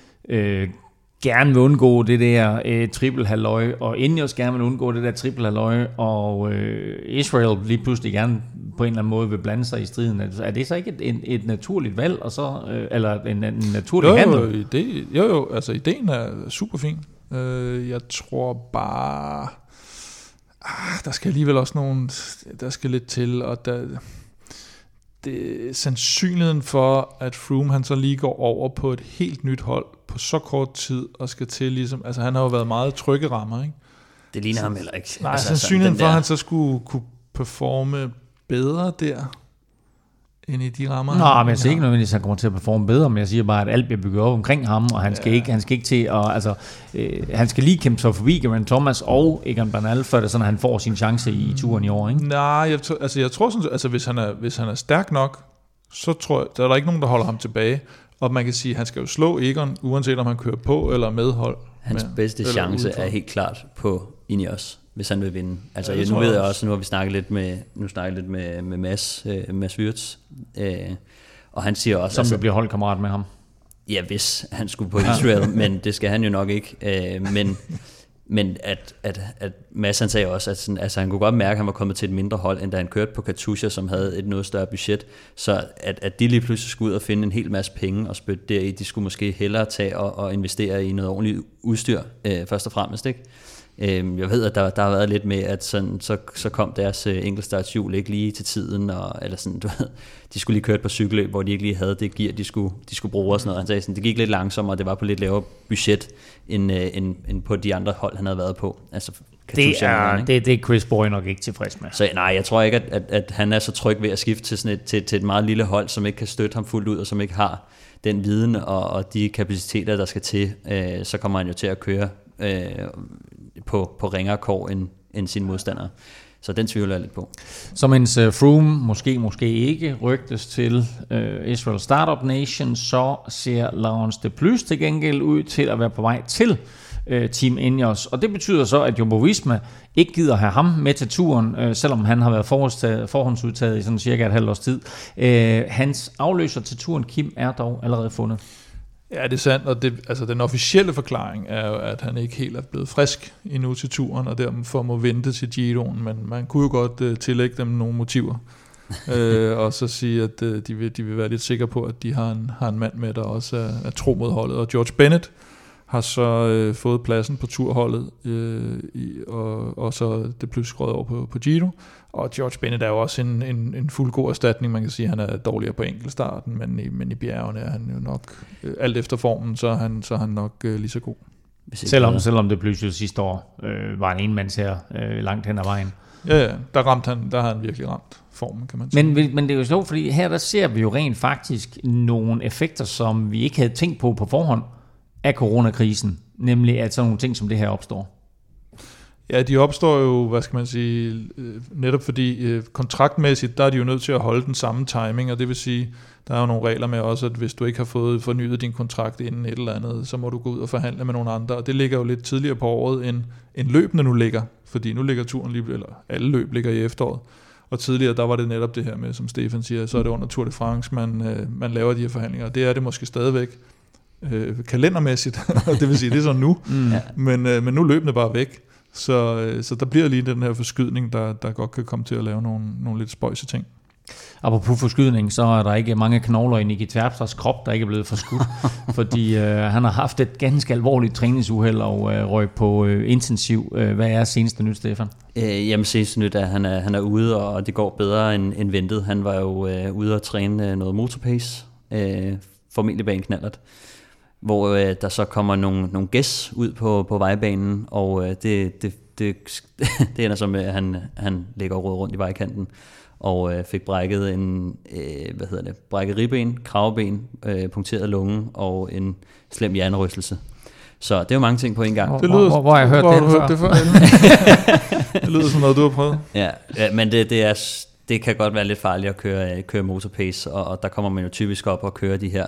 gerne vil undgå det der triple halløj, og Ineos gerne vil undgå det der triple halløj, og Israel lige pludselig gerne på en eller anden måde vil blande sig i striden. Er det så ikke et naturligt valg, og så, eller en naturlig handel? Jo, altså ideen er super fin. Jeg tror bare, der skal alligevel også der skal lidt til, og det er sandsynligheden for, at Froome han så lige går over på et helt nyt hold på så kort tid, og skal til ligesom, altså han har jo været meget trygge rammer, ikke? Det ligner ham heller ikke. Nej, sandsynligheden for, at han så skulle kunne performe bedre der, end i de rammer. Nå, men jeg siger ikke nødvendigvis, at han kommer til at performe bedre, men jeg siger bare, at alt bliver bygget op omkring ham, og han skal ikke til at, altså, han skal lige kæmpe sig forbi Geraint Thomas og Egan Bernal, før det sådan, at han får sin chance i turen i år, ikke? Nej, jeg tror sådan, altså hvis han er stærk nok, så tror jeg, der er der ikke nogen, der holder ham tilbage, og man kan sige, at han skal jo slå Egan, uanset om han kører på eller medhold. Hans bedste chance er helt klart på Ineos, hvis han vil vinde. Altså nu ved jeg også, nu har vi snakket lidt med Mads Wirtz, og han siger også, som bliver holdkammerat med ham. Ja, hvis han skulle på Israel, men det skal han jo nok ikke. Men at Mads han sagde også, at sådan, altså han kunne godt mærke, at han var kommet til et mindre hold, end da han kørte på Katusha, som havde et noget større budget. Så at de lige pludselig skulle ud og finde en hel masse penge og spytte deri, de skulle måske hellere tage og investere i noget ordentligt udstyr, først og fremmest, ikke? Jeg ved, at der har været lidt med, at sådan, så kom deres enkeltstartshjul ikke lige til tiden, eller sådan, du ved, de skulle lige køre på cykelløb, hvor de ikke lige havde det gear, de skulle bruge og sådan noget. Han sagde sådan, det gik lidt langsommere, og det var på lidt lavere budget, end på de andre hold, han havde været på. Altså, det er Chris Boy nok ikke tilfreds med. Så nej, jeg tror ikke, at han er så tryg ved at skifte til, sådan til et meget lille hold, som ikke kan støtte ham fuldt ud, og som ikke har den viden og de kapaciteter, der skal til. Så kommer han jo til at køre på ringere kår end sine modstandere. Så den tvivler jeg lidt på. Så mens Froome måske ikke rygtes til Israel Startup Nation, så ser Laurens de Plus til gengæld ud til at være på vej til Team Ineos. Og det betyder så, at Jumbo Visma ikke gider have ham med til turen, selvom han har været forhåndsudtaget i sådan cirka et halvt års tid. Hans afløser til turen, Kim, er dog allerede fundet. Ja, det er sandt, og den officielle forklaring er jo, at han ikke helt er blevet frisk endnu til turen, og derfor må vente til Giroen, men man kunne jo godt tillægge dem nogle motiver, og så sige, at de vil være lidt sikre på, at de har en mand med, der også er tro mod holdet, og George Bennett har så fået pladsen på turholdet, og så det pludselig røget over på Giro. Og George Bennett er jo også en fuldgod erstatning. Man kan sige, at han er dårligere på enkeltstarten, men i bjergene er han jo nok, alt efter formen, så er han nok lige så god. Selvom det pludselig sidste år var en enmands her langt hen ad vejen. Ja, der har han virkelig ramt formen, kan man sige. Men det er jo sjovt, fordi her der ser vi jo rent faktisk nogle effekter, som vi ikke havde tænkt på forhånd af coronakrisen, nemlig at sådan nogle ting som det her opstår. Ja, de opstår jo, hvad skal man sige, netop fordi kontraktmæssigt, der er de jo nødt til at holde den samme timing, og det vil sige, der er jo nogle regler med også, at hvis du ikke har fået fornyet din kontrakt inden et eller andet, så må du gå ud og forhandle med nogle andre, og det ligger jo lidt tidligere på året, end løbende nu ligger, fordi nu ligger turen lige, eller alle løb ligger i efteråret, og tidligere, der var det netop det her med, som Stefan siger, så er det under Tour de France, man laver de her forhandlinger, og det er det måske stadigvæk kalendermæssigt, det vil sige, det er så nu, men nu løbende bare væk. Så der bliver lige den her forskydning, der godt kan komme til at lave nogle lidt spøjse ting. Apropos forskydning, så er der ikke mange knogler i Nicky Terpsters krop, der ikke er blevet forskudt, fordi han har haft et ganske alvorligt træningsuheld og røg på intensiv. Hvad er seneste nyt, Stefan? Jamen seneste nyt er, at han er ude, og det går bedre end ventet. Han var jo ude at træne noget motorpace, formentlig bag en knallert, hvor der så kommer nogle gæs ud på vejbanen, og det ender så med, at han ligger og roder rundt i vejkanten, og fik brækket brækket ribben, kravben, punkteret lunge og en slem hjernerystelse. Så det er jo mange ting på en gang. Hvor har jeg hørt det før? Det lyder som noget, du har prøvet. Ja, men det kan godt være lidt farligt at køre motorpace, og der kommer man jo typisk op og kører de her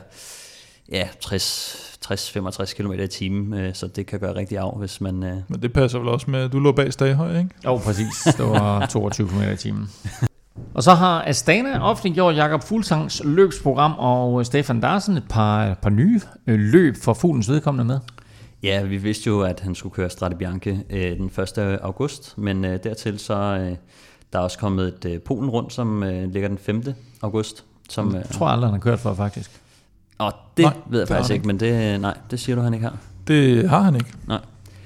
60-65 km i timen, så det kan gøre rigtig af, hvis man... Men det passer vel også med, at du lå bag Staghøj, ikke? Jo, præcis. Det var 22 km i timen. Og så har Astana offentliggjort Jakob Fuglsangs løbsprogram, og Stefan, der er sådan et par nye løb for Fuglens vedkommende med. Ja, vi vidste jo, at han skulle køre Strade Bianche den 1. august, men dertil så der er også kommet et Polen rundt, som ligger den 5. august. Som, jeg tror aldrig, han har kørt for, faktisk. Og det ved jeg faktisk ikke, men det siger du, han ikke har. Det har han ikke. Nej.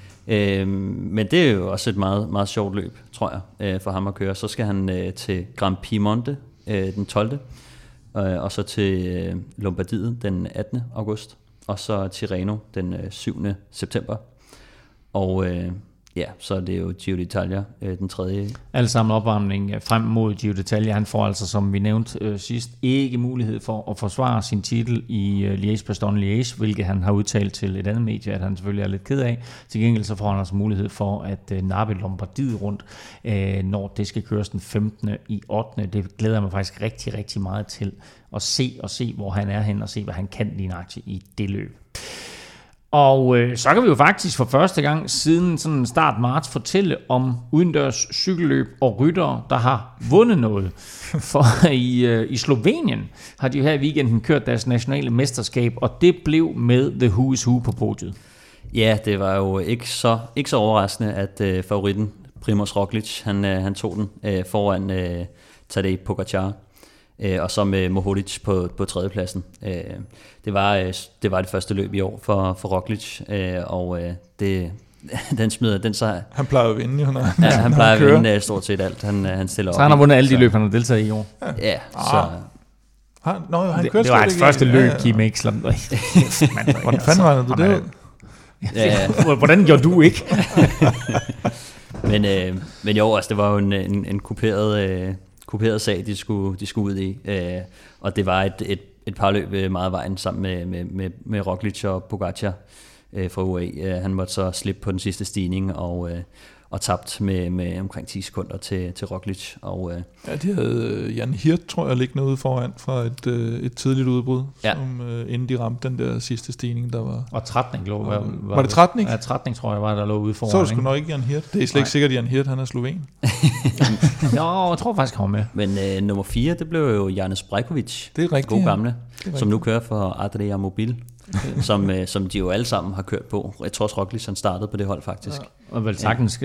Men det er jo også et meget, meget sjovt løb, tror jeg, for ham at køre. Så skal han til Grand Piemonte den 12. Og så til Lombardiet den 18. august. Og så Tirreno den 7. september. Og så er det jo Giro d'Italia den 3. Alle sammen opvarmning frem mod Giro d'Italia. Han får altså, som vi nævnte sidst, ikke mulighed for at forsvare sin titel i Liège-Bastogne-Liège, hvilket han har udtalt til et andet medie, at han selvfølgelig er lidt ked af. Til gengæld så får han altså mulighed for at nappe Lombardiet rundt, når det skal køres den 15. i 8. Det glæder jeg mig faktisk rigtig, rigtig meget til at se, hvor han er hen, og se, hvad han kan lige nøjagtigt i det løb. Og så kan vi jo faktisk for første gang siden sådan start marts fortælle om udendørs cykelløb og ryttere, der har vundet noget. For i Slovenien har de jo her i weekenden kørt deres nationale mesterskab, og det blev med The Who is Who på podiet. Ja, det var jo ikke så overraskende, at favoritten Primož Roglič, han tog den foran Tadej Pogačar. Og så med Mohoric på tredjepladsen. Det var det første løb i år for Roglič, og den smider den så. Han plejer at vinde, jo. Han plejer at vinde stort set alt. Han stiller op. Så han har vundet alle de løb, han har deltaget i år. Ja, så. Det var hans første løb, Kim Ekstrand. Hvordan fanden var det? Hvordan gjorde du ikke? Men jo, altså det var jo en kuperet sag, de skulle ud i, og det var et par løb meget vejen sammen med Roglič og Pogačar fra UAE. Han måtte så slippe på den sidste stigning og tabt med omkring 10 sekunder til Roglič. Ja, de havde Jan Hirt, tror jeg, liggende ude foran fra et tidligt udbrud, som, inden de ramte den der sidste stigning, der var... Og Tratnik lå... Var det Tratnik? Ja, Tratnik tror jeg var, der lå ude foran. Så sgu nok ikke Jan Hirt. Det er slet ikke sikkert, at Jan Hirt, han er sloven. Jo, jeg tror faktisk, han var med. Men nummer 4, det blev jo Janez Brajkovic. Det er rigtigt, god gamle, som nu kører for Adria Mobil. som de jo alle sammen har kørt på. Jeg tror også Roglic han startede på det hold faktisk. Og vel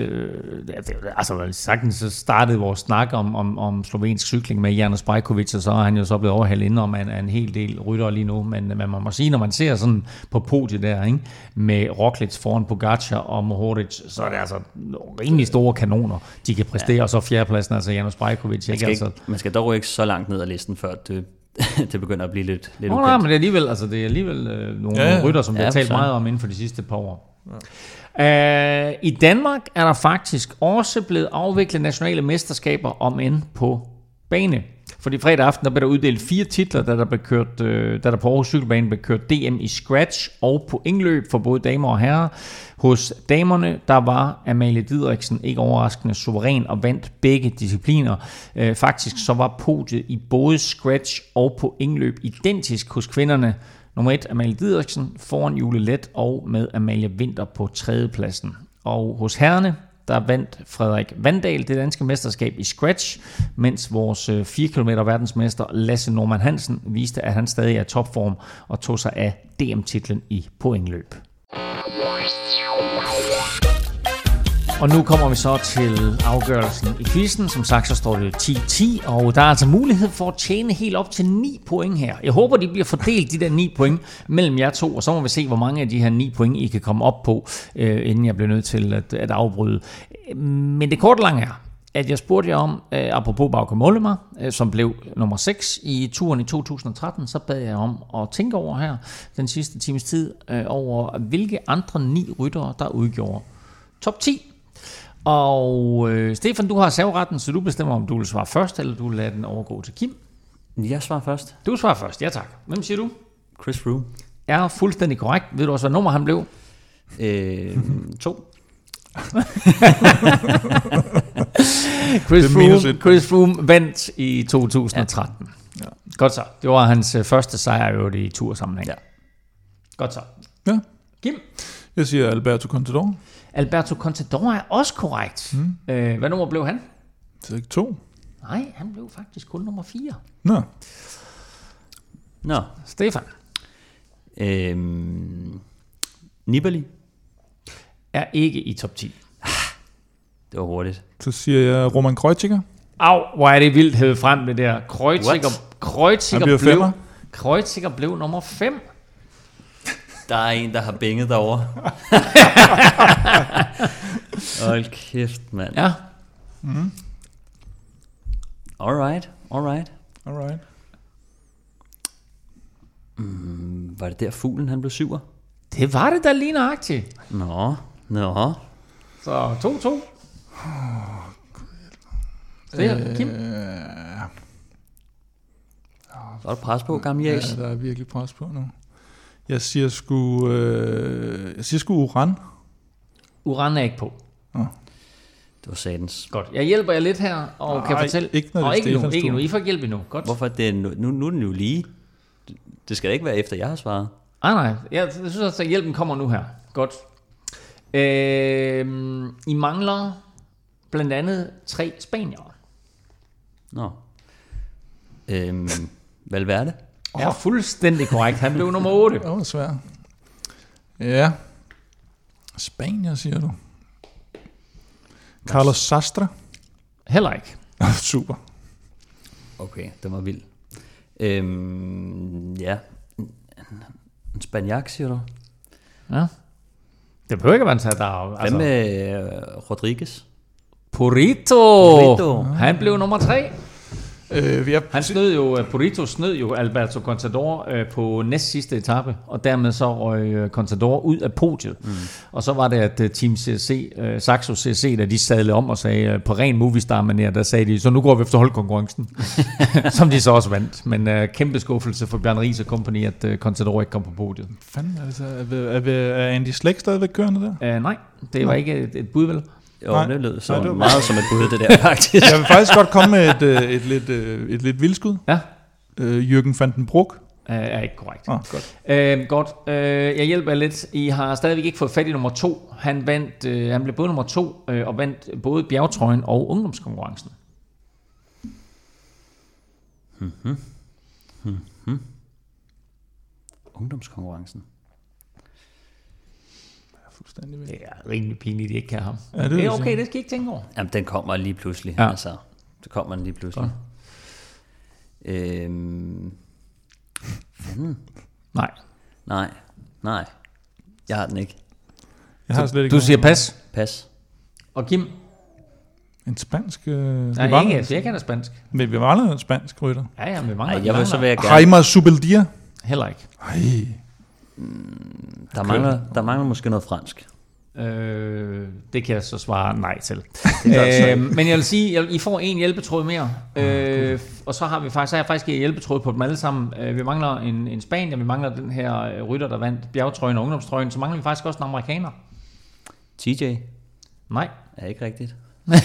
sagtens startede vores snak om slovensk cykling med Jan Sprajkovic, og så er han jo så blevet overhældt indenom af en hel del ryttere lige nu, men man må sige, når man ser sådan på podiet der, ikke, med Roglic foran Pogačar og Mohoric, så er det altså rimelig store kanoner, de kan præstere, og så fjerdepladsen, altså Jan Sprajkovic. Man skal dog ikke så langt ned ad listen, før det begynder at blive lidt ukendt. Nej, men det er alligevel nogle rytter, som vi har talt meget om inden for de sidste par år. Ja. I Danmark er der faktisk også blevet afviklet nationale mesterskaber, om end på bane. Fordi fredag aften der blev der uddelt 4 titler, da der på Aarhus Cykelbane blev kørt DM i scratch og på indløb for både damer og herrer. Hos damerne, der var Amalie Didriksen ikke overraskende suveræn og vandt begge discipliner. Faktisk så var podiet i både scratch og på indløb identisk hos kvinderne. Nummer 1, Amalie Didriksen, foran Julie Let og med Amalie Winther på 3. pladsen. Og hos herrerne, der vandt Frederik Vandal det danske mesterskab i scratch, mens vores 4 km verdensmester Lasse Norman Hansen viste, at han stadig er i topform og tog sig af DM-titlen i pointløb. Og nu kommer vi så til afgørelsen i quizzen. Som sagt, så står det 10-10, og der er altså mulighed for at tjene helt op til 9 point her. Jeg håber, de bliver fordelt, de der 9 point, mellem jer to, og så må vi se, hvor mange af de her 9 point, I kan komme op på, inden jeg bliver nødt til at afbryde. Men det korte lange er, at jeg spurgte jer om, apropos Bauke Mollema, som blev nummer 6 i turen i 2013, så bad jeg om at tænke over her den sidste times tid, over hvilke andre 9 ryttere, der udgjorde top 10. Og Stefan, du har serveretten, så du bestemmer, om du vil svare først, eller du vil lade den overgå til Kim. Jeg svarer først. Du svarer først, ja tak. Hvem siger du? Chris Froome. Er fuldstændig korrekt. Ved du også, hvad nummer han blev? 2. Chris Froome vandt i 2013. Ja. Godt så. Det var hans første sejr jo i tursammenhæng. Ja. Godt så. Ja. Kim? Jeg siger Alberto Contador. Alberto Contador er også korrekt. Hvad nummer blev han? Det er ikke 2. Nej, han blev faktisk kun nummer 4. Nå. Stefan? Nibali? Er ikke i top 10. Det var hurtigt. Så siger jeg Roman Kreuziger. Au, hvor er det vildt hævet frem det der. Kreuziger blev nummer 5. Der er en, der har bænget derovre. Hold kæft, mand. Ja. Alright. Var det der fuglen, han blev 7'er? Det var det da lige nøjagtigt. Nå. Så 2-2. Det er Kim. Så er der pres på, gamle jæs. Ja, der er virkelig pres på nu. Jeg siger sgu Uran. Uran er ikke på. Det var satans. Godt. Jeg hjælper jer lidt her, og kan fortælle... Ikke nu. I får hjælp endnu. Godt. Hvorfor? Nu er den jo lige. Det skal da ikke være efter, jeg har svaret. Nej. Jeg synes også, at hjælpen kommer nu her. Godt. I mangler blandt andet 3 spaniere. Nå. Valverde? Ja, fuldstændig korrekt. Han blev nummer 8. Det var svært. Ja. Spanier, siger du. Carlos Sastre? Heller ikke. Super. Okay, det var vild. Ja. En spaniak, siger du? Ja. Det behøver ikke være en sat der. Hvad med Rodriguez? Porito. Han blev nummer 3. Porito snød jo Alberto Contador på næst sidste etape, og dermed så røg Contador ud af podiet. Og så var det, at Team CSC, Saxo CSC, da de sadlede om og sagde på ren Movistar-manér, der sagde de, så nu går vi efter holdkonkurrencen, som de så også vandt. Men kæmpe skuffelse for Bjørn Ries og company, at Contador ikke kom på podiet. Fanden, altså, er Andy Schleck stadigvæk kørende der? Nej, det var ikke et bud, vel? Jo, det lød så meget som et bud, det der faktisk. Jeg vil faktisk godt komme med et lidt vildskud. Ja. Jürgen van den Broek. Er ikke korrekt. Godt. Jeg hjælper lidt. I har stadigvæk ikke fået fat i nummer 2. Han blev både nummer 2 og vandt både bjergtrøjen og ungdomskonkurrencen. Ungdomskonkurrencen? fuldstændig væk. Det er rimelig pinligt, at de ikke kan ham. Ja, det er okay, det skal I ikke tænke over. Jamen, den kommer lige pludselig. Ja. Altså, det kommer den lige pludselig. Fanden? Nej. Jeg har den ikke. Jeg har slet ikke. Du siger pas? Pas. Og Kim? En spansk... Nej, ikke. Jeg kan spansk. Men vi mangler en spansk rytter. Ja, vi mangler. Jeg vil så være gerne. Jaime Zubeldia? Heller ikke. Der mangler måske noget fransk. Det kan jeg så svare nej til. Men jeg vil sige, I får en hjælpetråd mere. Og så har jeg faktisk en hjælpetråd på dem alle sammen. Vi mangler en spanier, vi mangler den her rytter, der vandt bjergetrøjen og ungdomstrøjen. Så mangler vi faktisk også en amerikaner. TJ? Nej. Er ikke rigtigt.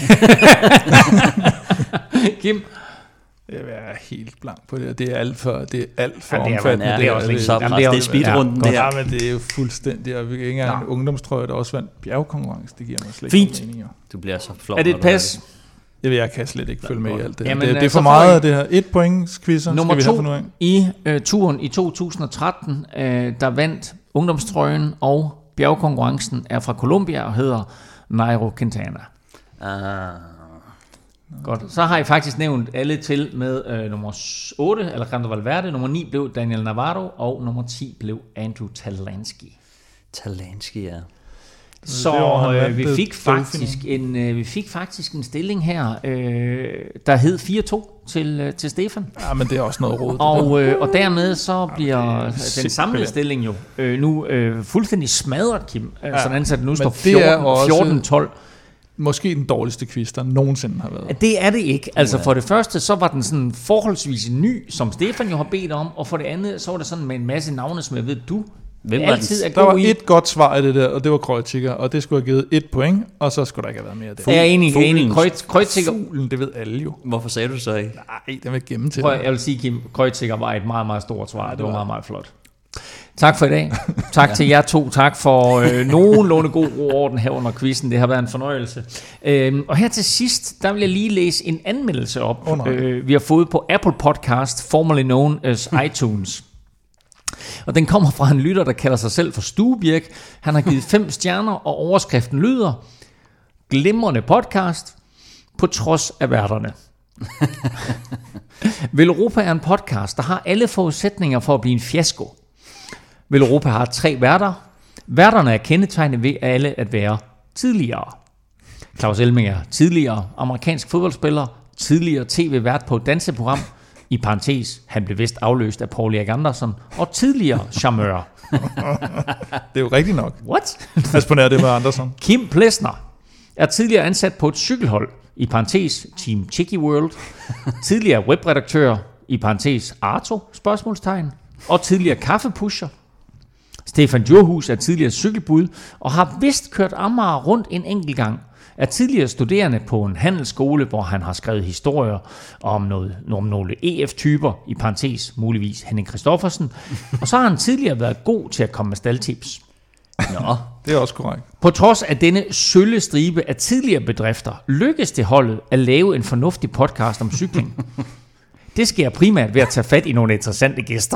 Kim? Jeg er helt blank på det. Det er alt for omfattende. Det er også så det er speedrunden der. Ja, men det er jo fuldstændig. Og vi kan ikke engang en ungdomstrøje, der også vandt bjergkonkurrence. Det giver mig slet ikke mening. Du bliver så flov. Er det et pas? Jeg kan slet ikke følge med i alt det. Jamen, det er for meget af det her. 1 points quizzer nummer skal vi have for nu af. I turen i 2013, der vandt ungdomstrøjen og bjergkonkurrencen er fra Colombia og hedder Nairo Quintana. Godt. Så har I faktisk nævnt alle til med nummer 8, Alejandro Valverde, nummer 9 blev Daniel Navarro, og nummer 10 blev Andrew Talansky. Talansky, ja. Så vi fik faktisk en stilling her, der hed 4-2 til Stefan. Ja, men det er også noget råd. Og dermed så bliver den samlede stilling jo nu fuldstændig smadret, Kim. Sådan at det nu står 14-12. Måske den dårligste quiz, der nogensinde har været. Det er det ikke. Altså for det første, så var den sådan forholdsvis ny, som Stefan jo har bedt om, og for det andet, så var det sådan med en masse navne, som jeg ved, du altid er god i. Der var et godt svar i det der, og det var Kreuziger, og det skulle have givet 1 point, og så skulle der ikke have været mere af det. Jeg er enig. Kreuziger. Fuglen, det ved alle jo. Hvorfor sagde du så ikke? Nej, den vil gemme til dig. Jeg vil sige, Kim, Kreuziger var et meget, meget stort svar. Det var meget, meget flot. Tak for i dag. Tak til jer to. Tak for nogenlunde god ro og orden her under quizzen. Det har været en fornøjelse. Og her til sidst, der vil jeg lige læse en anmeldelse op. Vi har fået på Apple Podcast, formerly known as iTunes. Og den kommer fra en lytter, der kalder sig selv for Stuebirk. Han har givet 5 stjerner, og overskriften lyder: glimrende podcast, på trods af værterne. Velropa er en podcast, der har alle forudsætninger for at blive en fiasko. Velropa har 3 værter. Værterne er kendetegnet ved alle at være tidligere. Claus Elming er tidligere amerikansk fodboldspiller, tidligere tv-vært på et danseprogram, i parentes, han blev vist afløst af Paul Erik Andersen, og tidligere charmeur. Det er jo rigtigt nok. What? Asponerer det med Andersen. Kim Plesner er tidligere ansat på et cykelhold, i parentes Team Chicky World, tidligere webredaktør, i parentes Arto, spørgsmålstegn, og tidligere kaffepusher. Stefan Djurhus er tidligere cykelbud, og har vist kørt Amager rundt en enkelt gang. Er tidligere studerende på en handelsskole, hvor han har skrevet historier om nogle EF-typer, i parentes muligvis Henning Christoffersen, og så har han tidligere været god til at komme med staldtips. Nå, det er også korrekt. På trods af denne sølle stribe af tidligere bedrifter, lykkes det holdet at lave en fornuftig podcast om cykling. Det sker primært ved at tage fat i nogle interessante gæster.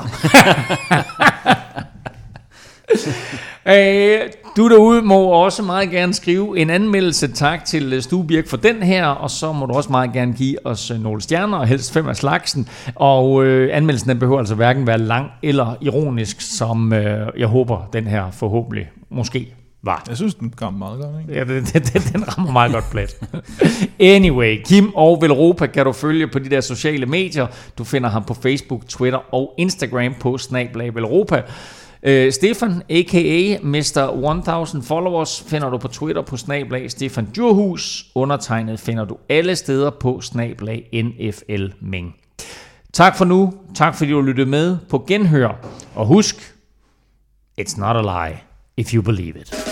Du derude må også meget gerne skrive en anmeldelse. Tak til Stuebirk for den her, og så må du også meget gerne give os nogle stjerner, og helst 5 af slagsen. Og anmeldelsen den behøver altså hverken være lang eller ironisk, som jeg håber den her forhåbentlig måske var. Jeg synes, den rammer meget godt, ikke? Ja, den rammer meget godt plet. Anyway, Kim og Velropa kan du følge på de der sociale medier. Du finder ham på Facebook, Twitter og Instagram på @Velropa. Stefan, a.k.a. Mr. 1000 Followers, finder du på Twitter på @Stefan Djurhus. Undertegnet finder du alle steder på @NFLming. Tak for nu. Tak fordi du lyttede med på genhør. Og husk, it's not a lie if you believe it.